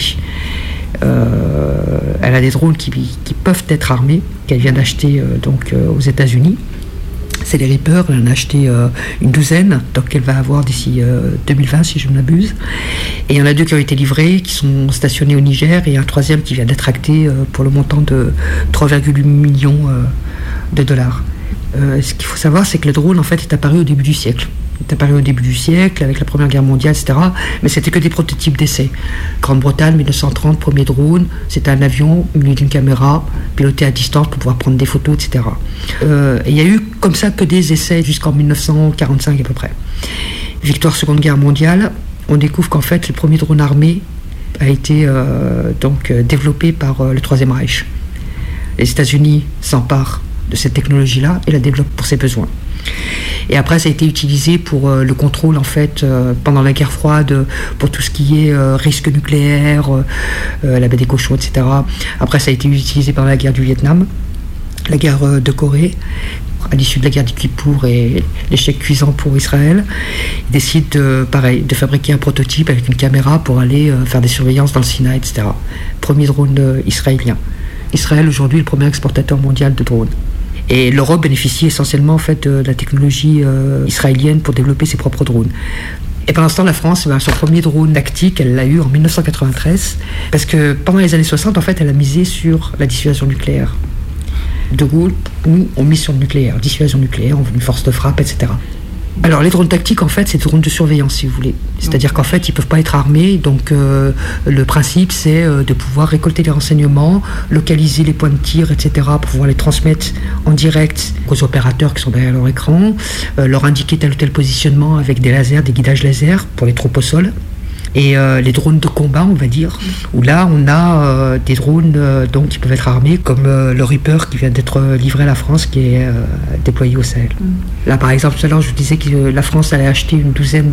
Elle a des drones qui peuvent être armés, qu'elle vient d'acheter aux États-Unis. C'est les Reapers, elle en a acheté une douzaine, donc elle va avoir d'ici 2020 si je ne m'abuse. Et il y en a 2 qui ont été livrés, qui sont stationnés au Niger, et un 3e qui vient d'être acté pour le montant de 3,8 millions de dollars. Ce qu'il faut savoir, c'est que le drone en fait est apparu au début du siècle. Il est apparu au début du siècle, avec la Première Guerre mondiale, etc. Mais c'était que des prototypes d'essai. Grande-Bretagne, 1930, premier drone, c'était un avion muni d'une caméra, piloté à distance pour pouvoir prendre des photos, etc. Et il y a eu comme ça que des essais jusqu'en 1945 à peu près. Victoire Seconde Guerre mondiale, on découvre qu'en fait le premier drone armé a été développé par le Troisième Reich. Les États-Unis s'emparent de cette technologie-là et la développent pour ses besoins. Et après, ça a été utilisé pour le contrôle, en fait, pendant la guerre froide, pour tout ce qui est risque nucléaire, la baie des cochons, etc. Après, ça a été utilisé pendant la guerre du Vietnam, la guerre de Corée, à l'issue de la guerre du Kippour et l'échec cuisant pour Israël. Ils décident de fabriquer un prototype avec une caméra pour aller faire des surveillances dans le Sinaï, etc. Premier drone israélien. Israël, aujourd'hui, est le premier exportateur mondial de drones. Et l'Europe bénéficie essentiellement en fait, de la technologie israélienne pour développer ses propres drones. Et pendant ce temps, la France, son premier drone tactique, elle l'a eu en 1993, parce que pendant les années 60, en fait, elle a misé sur la dissuasion nucléaire. De Gaulle, nous, on mise sur le nucléaire, dissuasion nucléaire, on veut une force de frappe, etc. Alors, les drones tactiques, en fait, c'est des drones de surveillance, si vous voulez. C'est-à-dire qu'en fait, ils ne peuvent pas être armés. Donc, le principe, c'est de pouvoir récolter les renseignements, localiser les points de tir, etc., pour pouvoir les transmettre en direct aux opérateurs qui sont derrière leur écran, leur indiquer tel ou tel positionnement avec des lasers, des guidages laser pour les troupes au sol. Et les drones de combat, on va dire, où là, on a des drones donc, qui peuvent être armés, comme le Reaper qui vient d'être livré à la France, qui est déployé au Sahel. Là, par exemple, tout à l'heure, je vous disais que la France allait acheter une douzaine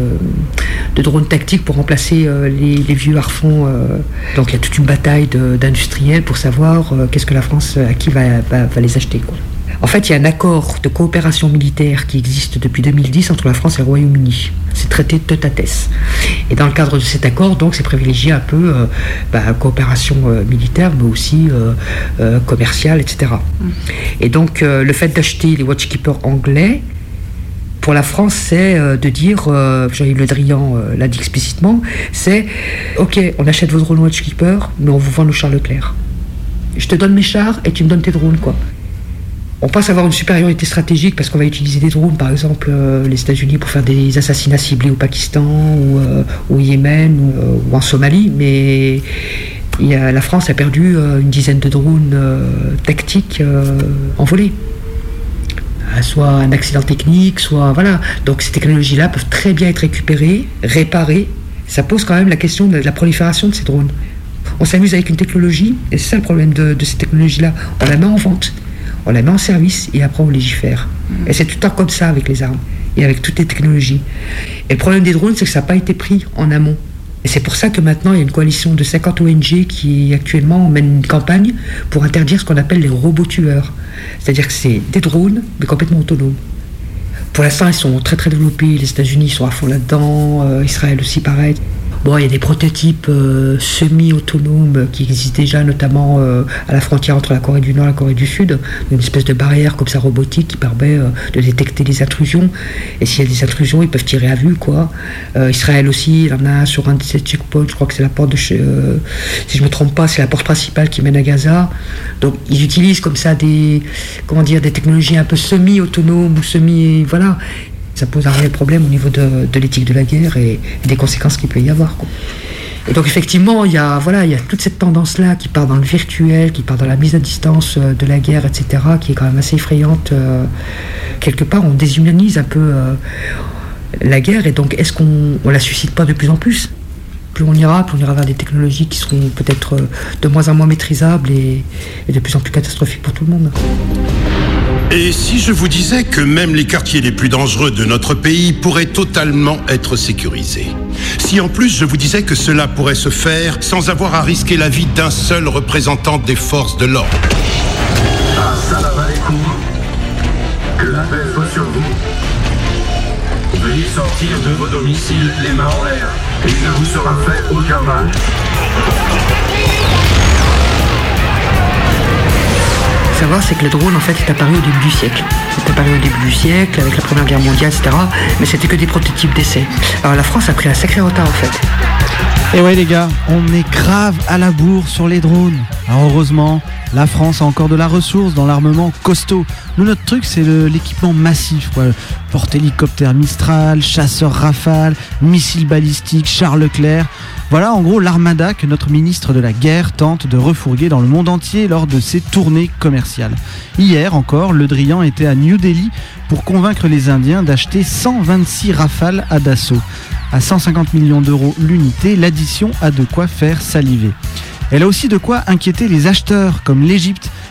de drones tactiques pour remplacer les vieux Harfons. Donc, il y a toute une bataille d'industriels pour savoir qu'est-ce que la France, à qui va les acheter, quoi. En fait, il y a un accord de coopération militaire qui existe depuis 2010 entre la France et le Royaume-Uni. C'est traité de tête-à-tête. Et dans le cadre de cet accord, donc, c'est privilégié un peu coopération militaire, mais aussi commerciale, etc. Et donc, le fait d'acheter les Watchkeepers anglais, pour la France, c'est de dire, Jean-Yves Le Drian l'a dit explicitement, c'est « Ok, on achète vos drones Watchkeepers, mais on vous vend nos chars Leclerc. Je te donne mes chars et tu me donnes tes drones, quoi. » On pense avoir une supériorité stratégique parce qu'on va utiliser des drones, par exemple les États-Unis pour faire des assassinats ciblés au Pakistan ou au Yémen ou en Somalie, mais la France a perdu une dizaine de drones tactiques envolés. Soit un accident technique, soit voilà. Donc ces technologies-là peuvent très bien être récupérées, réparées. Ça pose quand même la question de la prolifération de ces drones. On s'amuse avec une technologie, et c'est ça le problème de ces technologies-là. On la met en vente. On la met en service et après on légifère. Et c'est tout le temps comme ça avec les armes et avec toutes les technologies. Et le problème des drones, c'est que ça n'a pas été pris en amont. Et c'est pour ça que maintenant il y a une coalition de 50 ONG qui actuellement mène une campagne pour interdire ce qu'on appelle les robots tueurs. C'est-à-dire que c'est des drones, mais complètement autonomes. Pour l'instant, ils sont très très développés. Les États-Unis sont à fond là-dedans, Israël aussi pareil. Bon, il y a des prototypes semi-autonomes qui existent déjà, notamment à la frontière entre la Corée du Nord et la Corée du Sud. Une espèce de barrière comme ça robotique qui permet de détecter les intrusions. Et s'il y a des intrusions, ils peuvent tirer à vue, quoi. Israël aussi, il en a sur un de ces checkpoints, je crois que c'est la porte de si je ne me trompe pas, c'est la porte principale qui mène à Gaza. Donc ils utilisent comme ça des technologies un peu semi-autonomes ou semi... Voilà. Ça pose un réel problème au niveau de l'éthique de la guerre et des conséquences qu'il peut y avoir, quoi. Et donc effectivement, il y a toute cette tendance-là qui part dans le virtuel, qui part dans la mise à distance de la guerre, etc., qui est quand même assez effrayante. Quelque part, on déshumanise un peu la guerre, et donc est-ce qu'on la suscite pas de plus en plus ? Plus on ira vers des technologies qui seront peut-être de moins en moins maîtrisables et de plus en plus catastrophiques pour tout le monde. Et si je vous disais que même les quartiers les plus dangereux de notre pays pourraient totalement être sécurisés? Si en plus je vous disais que cela pourrait se faire sans avoir à risquer la vie d'un seul représentant des forces de l'ordre? Assalamu alaikum. Que la paix soit sur vous. Veuillez sortir de vos domiciles les mains en l'air. Il ne vous sera fait aucun mal. Savoir, c'est que le drone en fait est apparu au début du siècle. C'est apparu au début du siècle avec la Première Guerre mondiale, etc. Mais c'était que des prototypes d'essai. Alors la France a pris un sacré retard en fait. Et ouais les gars, on est grave à la bourre sur les drones. Alors heureusement, la France a encore de la ressource dans l'armement costaud. Nous, notre truc, c'est l'équipement massif, quoi. Porte-hélicoptère Mistral, chasseur Rafale, missiles balistiques, chars Leclerc. Voilà en gros l'armada que notre ministre de la Guerre tente de refourguer dans le monde entier lors de ses tournées commerciales. Hier encore, Le Drian était à New Delhi pour convaincre les Indiens d'acheter 126 Rafales à Dassault. À 150 millions d'euros l'unité, l'addition a de quoi faire saliver. Elle a aussi de quoi inquiéter les acheteurs comme l'Égypte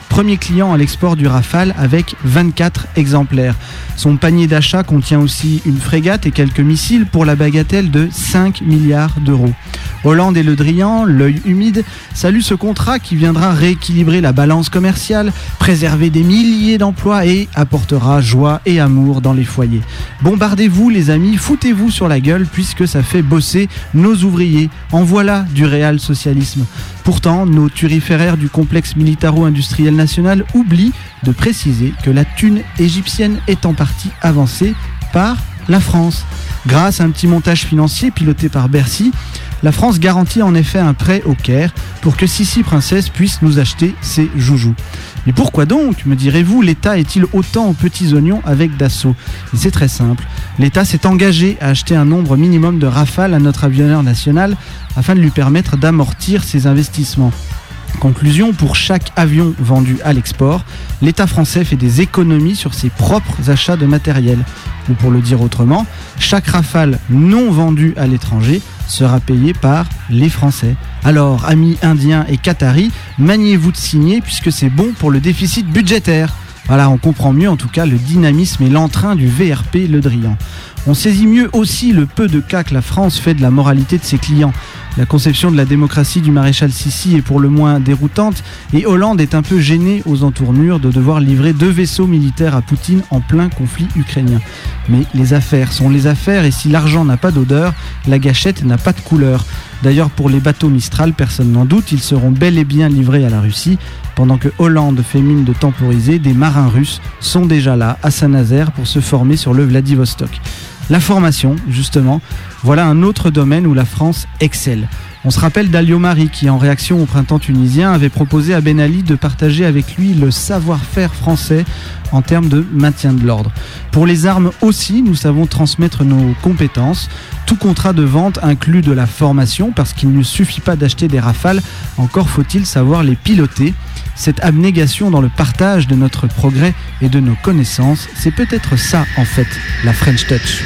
premier client à l'export du Rafale avec 24 exemplaires. Son panier d'achat contient aussi une frégate et quelques missiles pour la bagatelle de 5 milliards d'euros. Hollande et Le Drian, l'œil humide, saluent ce contrat qui viendra rééquilibrer la balance commerciale, préserver des milliers d'emplois et apportera joie et amour dans les foyers. Bombardez-vous les amis, foutez-vous sur la gueule puisque ça fait bosser nos ouvriers. En voilà du réel socialisme. Pourtant, nos turiféraires du complexe militaro-industriel national oublient de préciser que la thune égyptienne est en partie avancée par la France. Grâce à un petit montage financier piloté par Bercy, la France garantit en effet un prêt au Caire pour que Sissi Princesse puisse nous acheter ses joujoux. Mais pourquoi donc, me direz-vous, l'État est-il autant aux petits oignons avec Dassault ? Et c'est très simple. L'État s'est engagé à acheter un nombre minimum de Rafale à notre avionneur national afin de lui permettre d'amortir ses investissements. Conclusion, pour chaque avion vendu à l'export, l'État français fait des économies sur ses propres achats de matériel. Ou pour le dire autrement, chaque Rafale non vendu à l'étranger sera payé par les Français. Alors, amis indiens et qataris, maniez-vous de signer puisque c'est bon pour le déficit budgétaire. Voilà, on comprend mieux en tout cas le dynamisme et l'entrain du VRP Le Drian. On saisit mieux aussi le peu de cas que la France fait de la moralité de ses clients. La conception de la démocratie du maréchal Sissi est pour le moins déroutante et Hollande est un peu gêné aux entournures de devoir livrer 2 vaisseaux militaires à Poutine en plein conflit ukrainien. Mais les affaires sont les affaires et si l'argent n'a pas d'odeur, la gâchette n'a pas de couleur. D'ailleurs, pour les bateaux Mistral, personne n'en doute, ils seront bel et bien livrés à la Russie. Pendant que Hollande fait mine de temporiser, des marins russes sont déjà là, à Saint-Nazaire, pour se former sur le Vladivostok. La formation, justement, voilà un autre domaine où la France excelle. On se rappelle d'Alio Marie qui, en réaction au printemps tunisien, avait proposé à Ben Ali de partager avec lui le savoir-faire français en termes de maintien de l'ordre. Pour les armes aussi, nous savons transmettre nos compétences. Tout contrat de vente inclut de la formation parce qu'il ne suffit pas d'acheter des Rafales, encore faut-il savoir les piloter. Cette abnégation dans le partage de notre progrès et de nos connaissances, c'est peut-être ça en fait, la French Touch.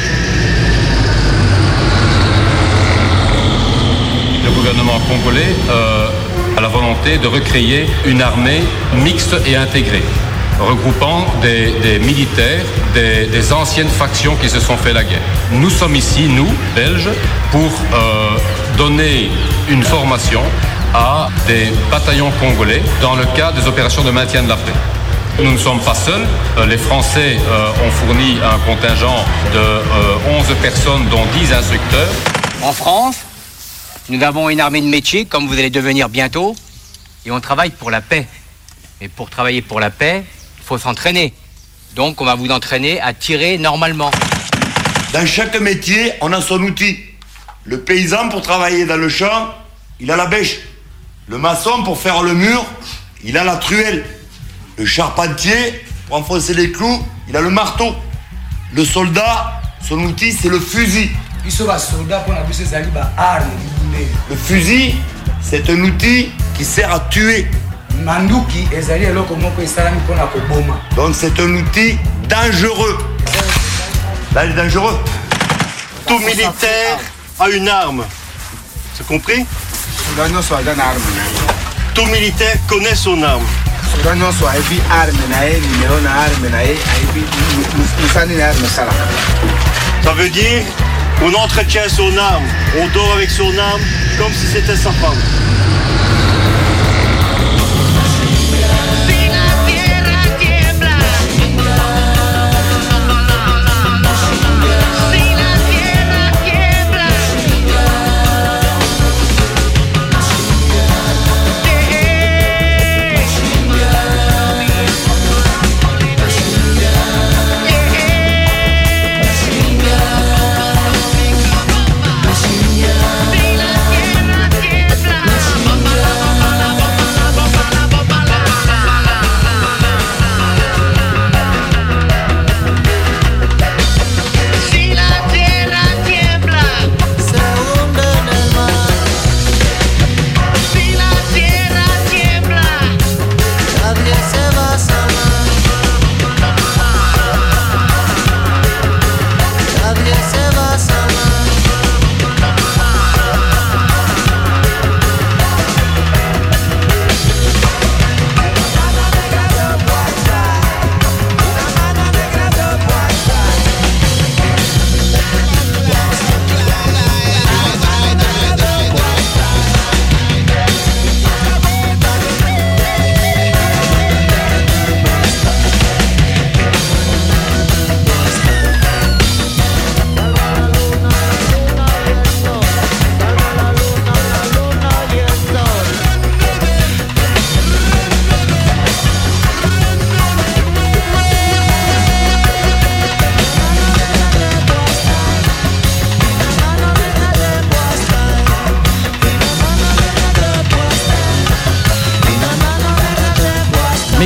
Le gouvernement congolais a la volonté de recréer une armée mixte et intégrée, regroupant des militaires, des anciennes factions qui se sont fait la guerre. Nous sommes ici, nous, Belges, pour donner une formation à des bataillons congolais dans le cadre des opérations de maintien de la paix. Nous ne sommes pas seuls. Les Français ont fourni un contingent de 11 personnes, dont 10 instructeurs. En France, nous avons une armée de métier, comme vous allez devenir bientôt, et on travaille pour la paix. Mais pour travailler pour la paix, il faut s'entraîner. Donc on va vous entraîner à tirer normalement. Dans chaque métier, on a son outil. Le paysan, pour travailler dans le champ, il a la bêche. Le maçon, pour faire le mur, il a la truelle. Le charpentier, pour enfoncer les clous, il a le marteau. Le soldat, son outil, c'est le fusil. Le fusil, c'est un outil qui sert à tuer. Donc c'est un outil dangereux. Là, il est dangereux. Tout militaire a une arme. C'est compris? Tout militaire connaît son arme. Ça veut dire qu'on entretient son arme, on dort avec son arme comme si c'était sa femme.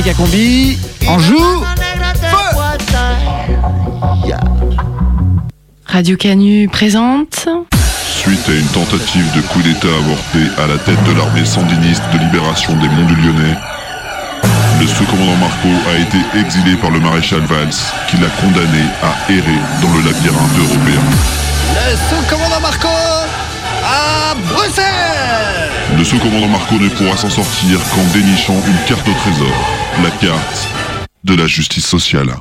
Mégacombi en joue. Radio Canu présente. Suite à une tentative de coup d'État avorté à la tête de l'armée sandiniste de libération des Monts du Lyonnais, le sous-commandant Marco a été exilé par le maréchal Valls, qui l'a condamné à errer dans le labyrinthe européen. Le sous-commandant Marco à Bruxelles. Le sous-commandant Marco ne pourra s'en sortir qu'en dénichant une carte au trésor, la carte de la justice sociale.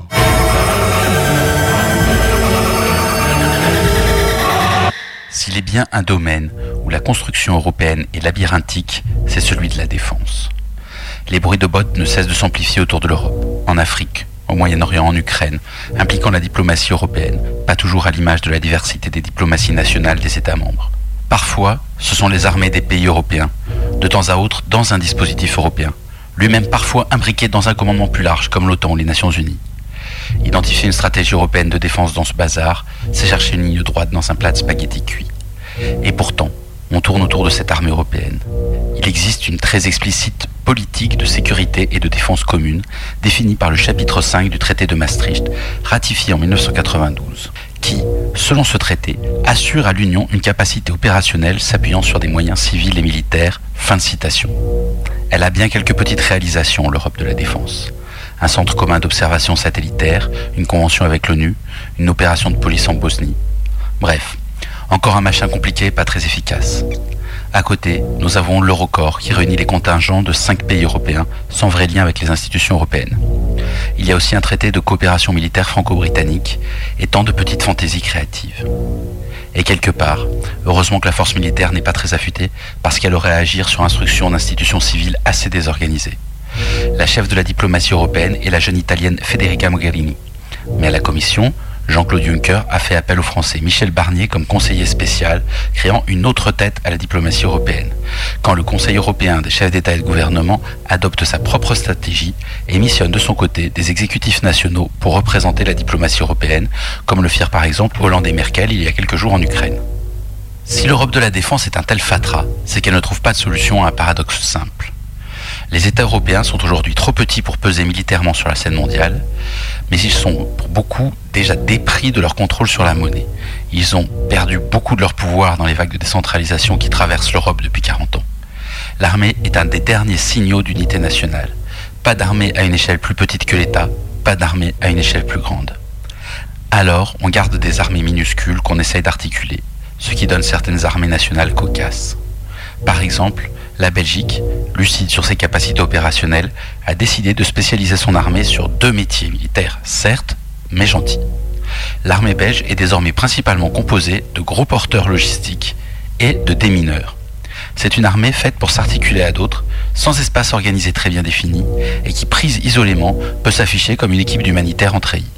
S'il est bien un domaine où la construction européenne est labyrinthique, c'est celui de la défense. Les bruits de bottes ne cessent de s'amplifier autour de l'Europe, en Afrique, au Moyen-Orient, en Ukraine, impliquant la diplomatie européenne, pas toujours à l'image de la diversité des diplomaties nationales des États membres. Parfois, ce sont les armées des pays européens, de temps à autre dans un dispositif européen, lui-même parfois imbriqué dans un commandement plus large, comme l'OTAN ou les Nations Unies. Identifier une stratégie européenne de défense dans ce bazar, c'est chercher une ligne droite dans un plat de spaghettis cuit. Et pourtant, on tourne autour de cette armée européenne. Il existe une très explicite politique de sécurité et de défense commune, définie par le chapitre 5 du traité de Maastricht, ratifié en 1992, qui, selon ce traité, assure à l'Union une capacité opérationnelle s'appuyant sur des moyens civils et militaires. Fin de citation. Elle a bien quelques petites réalisations, l'Europe de la défense. Un centre commun d'observation satellitaire, une convention avec l'ONU, une opération de police en Bosnie. Bref, encore un machin compliqué et pas très efficace. À côté, nous avons l'Eurocorps qui réunit les contingents de 5 pays européens sans vrai lien avec les institutions européennes. Il y a aussi un traité de coopération militaire franco-britannique et tant de petites fantaisies créatives. Et quelque part, heureusement que la force militaire n'est pas très affûtée parce qu'elle aurait à agir sur instruction d'institutions civiles assez désorganisées. La chef de la diplomatie européenne est la jeune italienne Federica Mogherini. Mais à la Commission, Jean-Claude Juncker a fait appel au Français Michel Barnier comme conseiller spécial, créant une autre tête à la diplomatie européenne. Quand le Conseil européen des chefs d'État et de gouvernement adopte sa propre stratégie et missionne de son côté des exécutifs nationaux pour représenter la diplomatie européenne, comme le firent par exemple Hollande et Merkel il y a quelques jours en Ukraine. Si l'Europe de la défense est un tel fatras, c'est qu'elle ne trouve pas de solution à un paradoxe simple. Les États européens sont aujourd'hui trop petits pour peser militairement sur la scène mondiale, mais ils sont pour beaucoup déjà dépris de leur contrôle sur la monnaie. Ils ont perdu beaucoup de leur pouvoir dans les vagues de décentralisation qui traversent l'Europe depuis 40 ans. L'armée est un des derniers signaux d'unité nationale. Pas d'armée à une échelle plus petite que l'État, pas d'armée à une échelle plus grande. Alors, on garde des armées minuscules qu'on essaye d'articuler, ce qui donne certaines armées nationales cocasses. Par exemple, la Belgique, lucide sur ses capacités opérationnelles, a décidé de spécialiser son armée sur 2 métiers militaires, certes, mais gentils. L'armée belge est désormais principalement composée de gros porteurs logistiques et de démineurs. C'est une armée faite pour s'articuler à d'autres, sans espace organisé très bien défini, et qui, prise isolément, peut s'afficher comme une équipe d'humanitaires en treillis.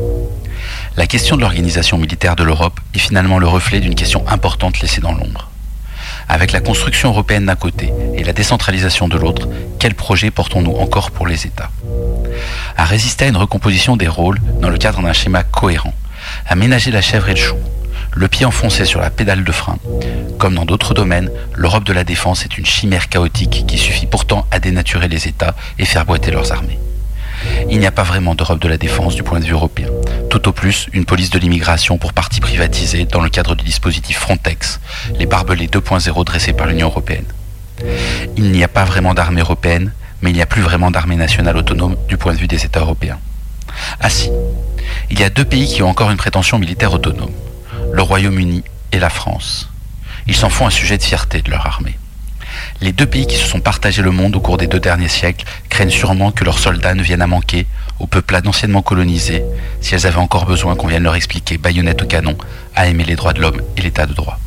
La question de l'organisation militaire de l'Europe est finalement le reflet d'une question importante laissée dans l'ombre. Avec la construction européenne d'un côté et la décentralisation de l'autre, quel projet portons-nous encore pour les États ? À résister à une recomposition des rôles dans le cadre d'un schéma cohérent, à ménager la chèvre et le chou, le pied enfoncé sur la pédale de frein. Comme dans d'autres domaines, l'Europe de la défense est une chimère chaotique qui suffit pourtant à dénaturer les États et faire boiter leurs armées. Il n'y a pas vraiment d'Europe de la défense du point de vue européen. Tout au plus, une police de l'immigration pour partie privatisée dans le cadre du dispositif Frontex, les barbelés 2.0 dressés par l'Union européenne. Il n'y a pas vraiment d'armée européenne, mais il n'y a plus vraiment d'armée nationale autonome du point de vue des États européens. Ah si, il y a 2 pays qui ont encore une prétention militaire autonome, le Royaume-Uni et la France. Ils s'en font un sujet de fierté de leur armée. Les 2 pays qui se sont partagés le monde au cours des 2 derniers siècles craignent sûrement que leurs soldats ne viennent à manquer aux peuplades anciennement colonisées si elles avaient encore besoin qu'on vienne leur expliquer, baïonnette au canon, à aimer les droits de l'homme et l'état de droit.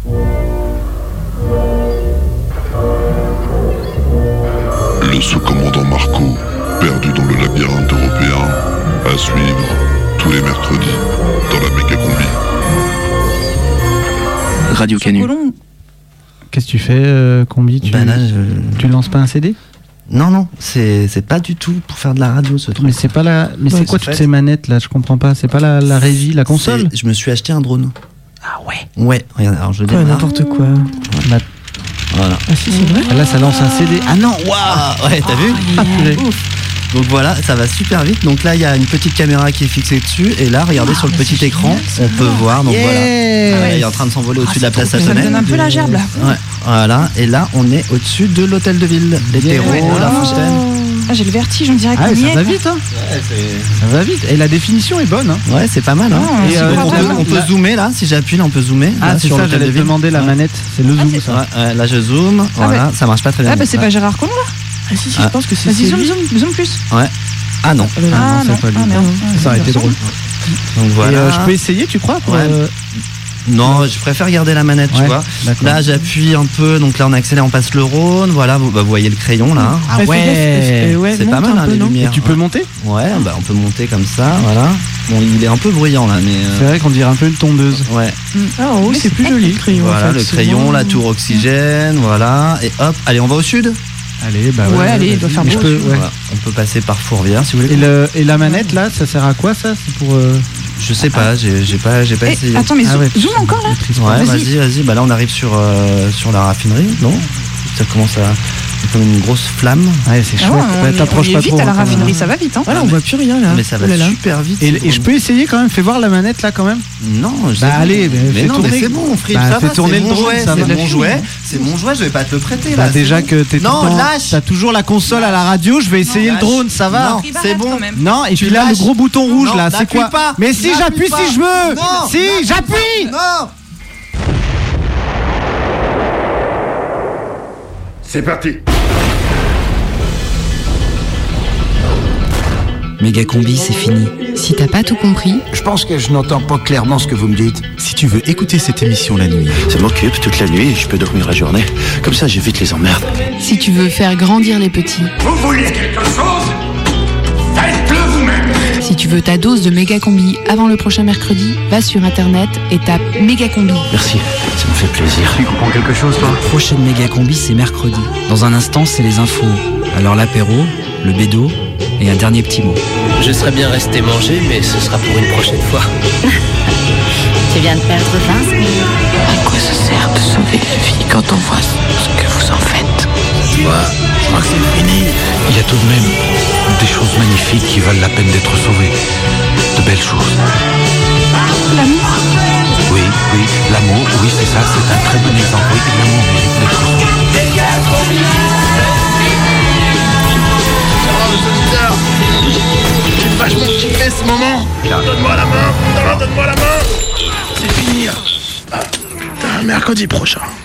Le sous-commandant Marco, perdu dans le labyrinthe européen, à suivre tous les mercredis dans la Mégacombi. Radio Canu. Qu'est-ce que tu fais, Combi? Tu lances pas un CD? Non, c'est pas du tout pour faire de la radio ce truc. Mais c'est pas la. Mais c'est quoi toutes ces manettes là? Je comprends pas. C'est pas la régie, la console? Je me suis acheté un drone. Ah ouais. Ouais. Regarde, alors je démarre. N'importe quoi. Voilà. Ah si, c'est vrai. Là, ça lance un CD. Ah non, waouh. Ouais, t'as vu? Ah, purée. Donc voilà, ça va super vite. Donc là, il y a une petite caméra qui est fixée dessus. Et là, regardez sur le petit écran, on peut voir. Donc voilà, il est en train de s'envoler au-dessus de la place Ça me donne un peu la gerbe là. Ouais, voilà. Et là, on est au-dessus de l'hôtel de ville. Les terreaux, la fontaine. Ah, j'ai le vertige, on dirait qu'on y ça est. va vite, hein. Ça va vite. Et la définition est bonne, hein. Ouais, c'est pas mal, hein. Et on peut zoomer là, si j'appuie là, on peut zoomer. Ah, là, c'est sur ça, l'hôtel j'allais de te ville. demander la manette. C'est le zoom, ça. Ouais, là, je zoome. Voilà, ça marche pas très bien. Ah, bah c'est pas Gérard Collomb là. Ah si, je pense que c'est Vas-y, lui. zoom plus. Ouais. Ah non. Ah non, c'est pas lui. ah, merde. Ça aurait été drôle. Donc voilà. Et je peux essayer, tu crois pour, Non, je préfère garder la manette, tu vois. D'accord. Là, j'appuie un peu, donc là, on accélère, on passe le Rhône. Voilà, vous voyez le crayon là. Ah ouais, c'est pas mal, hein, les lumières. Et tu peux monter ? Ouais, bah on peut monter comme ça, voilà. Bon, il est un peu bruyant là, mais. C'est vrai qu'on dirait un peu une tondeuse. Ouais. Ah, en haut, c'est plus joli le crayon. Voilà, en fait. le crayon, la tour oxygène, voilà. Et hop, allez, on va au sud. Allez, bah ouais, allez, il doit faire beau. Voilà, on peut passer par Fourvière si vous voulez. Et la manette là, ça sert à quoi ça ? C'est pour. Je sais pas, j'ai pas essayé. Attends, mais zoom encore là. Ouais, vas-y. Bah là, on arrive sur la raffinerie, non ? Ça commence à comme une grosse flamme. Ouais, c'est chouette. On T'approches est pas vite trop. à la raffinerie, ça va vite, hein. Voilà, on voit plus rien là. Mais ça va super vite. Et je peux essayer quand même. Fais voir la manette là quand même. Non, bah allez, mais non, mais c'est bon, Fripp, ça va. Fais tourner le drone, ça va. C'est mon jouet, je vais pas te le prêter Bah là. déjà que t'es non, lâche. T'as toujours la console à la radio. Je vais essayer le drone, ça va. Non, c'est bon. Non, et puis là le gros bouton rouge là, c'est quoi ? Mais si j'appuie si je veux. Si j'appuie. Non. C'est parti. Mégacombi, c'est fini. Si t'as pas tout compris... Je pense que je n'entends pas clairement ce que vous me dites. Si tu veux écouter cette émission la nuit... Ça m'occupe toute la nuit et je peux dormir la journée. Comme ça, j'évite les emmerdes. Si tu veux faire grandir les petits... Vous voulez quelque chose ? Faites-le vous-même. Si tu veux ta dose de Mégacombi avant le prochain mercredi, va sur internet et tape Mégacombi. Merci, ça me fait plaisir. Tu comprends quelque chose, toi ? La prochaine Mégacombi, c'est mercredi. Dans un instant, c'est les infos. Alors l'apéro, le bédo et un dernier petit mot. Je serais bien resté manger, mais ce sera pour une prochaine fois. Tu viens de perdre 20 secondes. À quoi ça sert de sauver la vie quand on voit ce que vous en faites ? Tu vois, je crois que c'est fini. Il y a tout de même des choses magnifiques qui valent la peine d'être sauvées. De belles choses. L'amour ? Oui, l'amour, oui, c'est ça, c'est un très bon exemple. Oui, l'amour mérite d'être sauvé. J'ai vachement kiffé ce moment. Donne-moi la main. Donne-moi la main. C'est fini. Mercredi prochain.